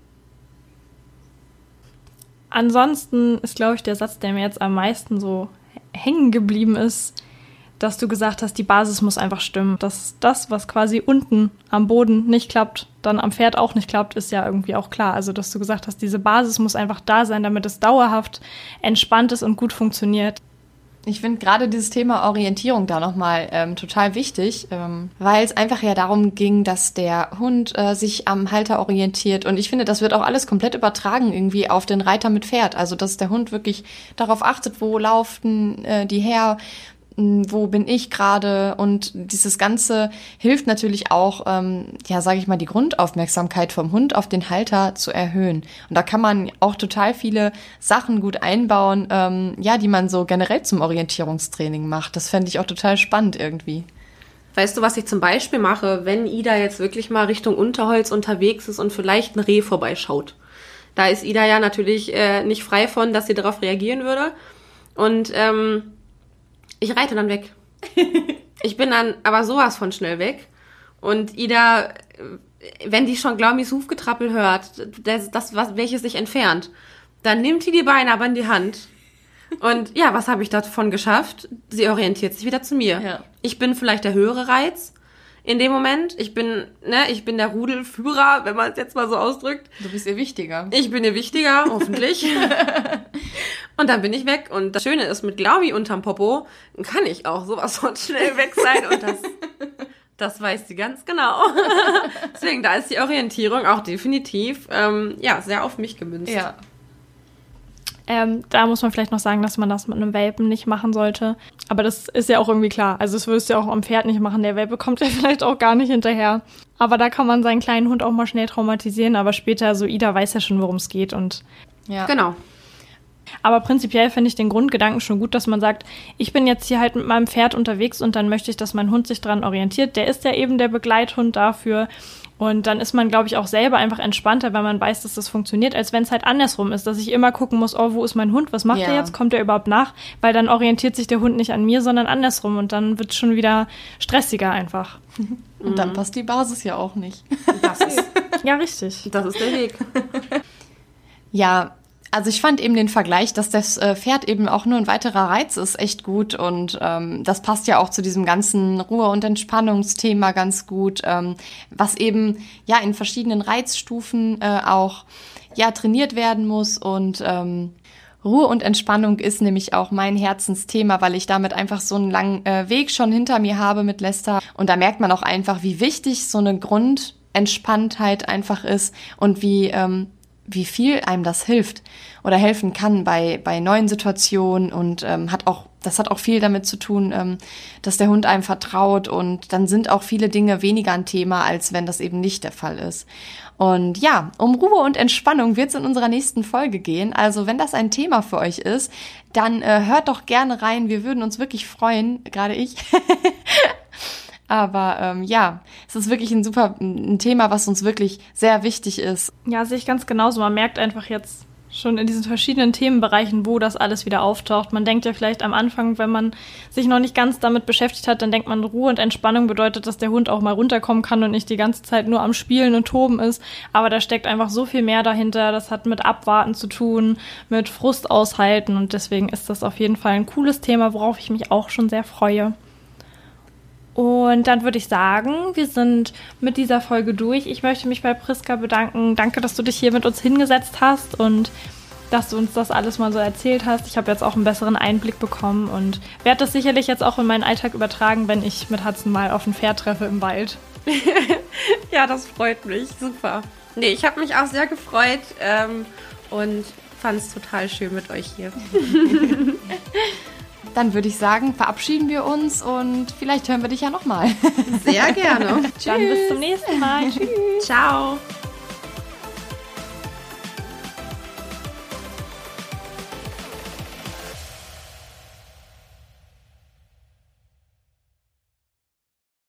Ansonsten ist, glaube ich, der Satz, der mir jetzt am meisten so hängen geblieben ist, dass du gesagt hast, die Basis muss einfach stimmen. Dass das, was quasi unten am Boden nicht klappt, dann am Pferd auch nicht klappt, ist ja irgendwie auch klar. Also, dass du gesagt hast, diese Basis muss einfach da sein, damit es dauerhaft entspannt ist und gut funktioniert. Ich finde gerade dieses Thema Orientierung da nochmal total wichtig, weil es einfach ja darum ging, dass der Hund sich am Halter orientiert. Und ich finde, das wird auch alles komplett übertragen irgendwie auf den Reiter mit Pferd. Also, dass der Hund wirklich darauf achtet, wo laufen die her, wo bin ich gerade, und dieses Ganze hilft natürlich auch, sage ich mal, die Grundaufmerksamkeit vom Hund auf den Halter zu erhöhen. Und da kann man auch total viele Sachen gut einbauen, die man so generell zum Orientierungstraining macht. Das fände ich auch total spannend irgendwie. Weißt du, was ich zum Beispiel mache, wenn Ida jetzt wirklich mal Richtung Unterholz unterwegs ist und vielleicht ein Reh vorbeischaut? Da ist Ida ja natürlich nicht frei von, dass sie darauf reagieren würde. Und ich reite dann weg. Ich bin dann aber sowas von schnell weg. Und Ida, wenn die schon Glaumis Hufgetrappel hört, welches sich entfernt, dann nimmt die Beine aber in die Hand. Und ja, was habe ich davon geschafft? Sie orientiert sich wieder zu mir. Ja. Ich bin vielleicht der höhere Reiz in dem Moment. Ich bin der Rudelführer, wenn man es jetzt mal so ausdrückt. Du bist ihr wichtiger. Ich bin ihr wichtiger, hoffentlich. Und dann bin ich weg. Und das Schöne ist, mit Glaumi unterm Popo kann ich auch sowas von schnell weg sein. Und das weiß sie ganz genau. Deswegen, da ist die Orientierung auch definitiv sehr auf mich gemünzt. Ja. Da muss man vielleicht noch sagen, dass man das mit einem Welpen nicht machen sollte. Aber das ist ja auch irgendwie klar. Also das würdest du ja auch am Pferd nicht machen. Der Welpe kommt ja vielleicht auch gar nicht hinterher. Aber da kann man seinen kleinen Hund auch mal schnell traumatisieren. Aber später, so Ida weiß ja schon, worum es geht. Und ja. Genau. Aber prinzipiell finde ich den Grundgedanken schon gut, dass man sagt, ich bin jetzt hier halt mit meinem Pferd unterwegs und dann möchte ich, dass mein Hund sich dran orientiert. Der ist ja eben der Begleithund dafür. Und dann ist man, glaube ich, auch selber einfach entspannter, weil man weiß, dass das funktioniert, als wenn es halt andersrum ist, dass ich immer gucken muss, wo ist mein Hund, was macht er jetzt, kommt er überhaupt nach? Weil dann orientiert sich der Hund nicht an mir, sondern andersrum und dann wird es schon wieder stressiger einfach. Und dann passt die Basis ja auch nicht. Ja, richtig. Das ist der Weg. Ja, also ich fand eben den Vergleich, dass das Pferd eben auch nur ein weiterer Reiz ist, echt gut. Und das passt ja auch zu diesem ganzen Ruhe- und Entspannungsthema ganz gut, was eben in verschiedenen Reizstufen auch trainiert werden muss. Und Ruhe und Entspannung ist nämlich auch mein Herzensthema, weil ich damit einfach so einen langen Weg schon hinter mir habe mit Lester. Und da merkt man auch einfach, wie wichtig so eine Grundentspanntheit einfach ist und wie viel einem das hilft oder helfen kann bei neuen Situationen und das hat auch viel damit zu tun, dass der Hund einem vertraut und dann sind auch viele Dinge weniger ein Thema, als wenn das eben nicht der Fall ist. Und ja, um Ruhe und Entspannung wird es in unserer nächsten Folge gehen. Also wenn das ein Thema für euch ist, dann hört doch gerne rein. Wir würden uns wirklich freuen, gerade ich. Aber es ist wirklich ein Thema, was uns wirklich sehr wichtig ist. Ja, sehe ich ganz genauso. Man merkt einfach jetzt schon in diesen verschiedenen Themenbereichen, wo das alles wieder auftaucht. Man denkt ja vielleicht am Anfang, wenn man sich noch nicht ganz damit beschäftigt hat, dann denkt man, Ruhe und Entspannung bedeutet, dass der Hund auch mal runterkommen kann und nicht die ganze Zeit nur am Spielen und Toben ist. Aber da steckt einfach so viel mehr dahinter. Das hat mit Abwarten zu tun, mit Frust aushalten und deswegen ist das auf jeden Fall ein cooles Thema, worauf ich mich auch schon sehr freue. Und dann würde ich sagen, wir sind mit dieser Folge durch. Ich möchte mich bei Priska bedanken. Danke, dass du dich hier mit uns hingesetzt hast und dass du uns das alles mal so erzählt hast. Ich habe jetzt auch einen besseren Einblick bekommen und werde das sicherlich jetzt auch in meinen Alltag übertragen, wenn ich mit Hudson mal auf ein Pferd treffe im Wald. Ja, das freut mich. Super. Nee, ich habe mich auch sehr gefreut und fand es total schön mit euch hier. Dann würde ich sagen, verabschieden wir uns und vielleicht hören wir dich ja nochmal. Sehr gerne. Dann bis zum nächsten Mal. Tschüss. Ciao.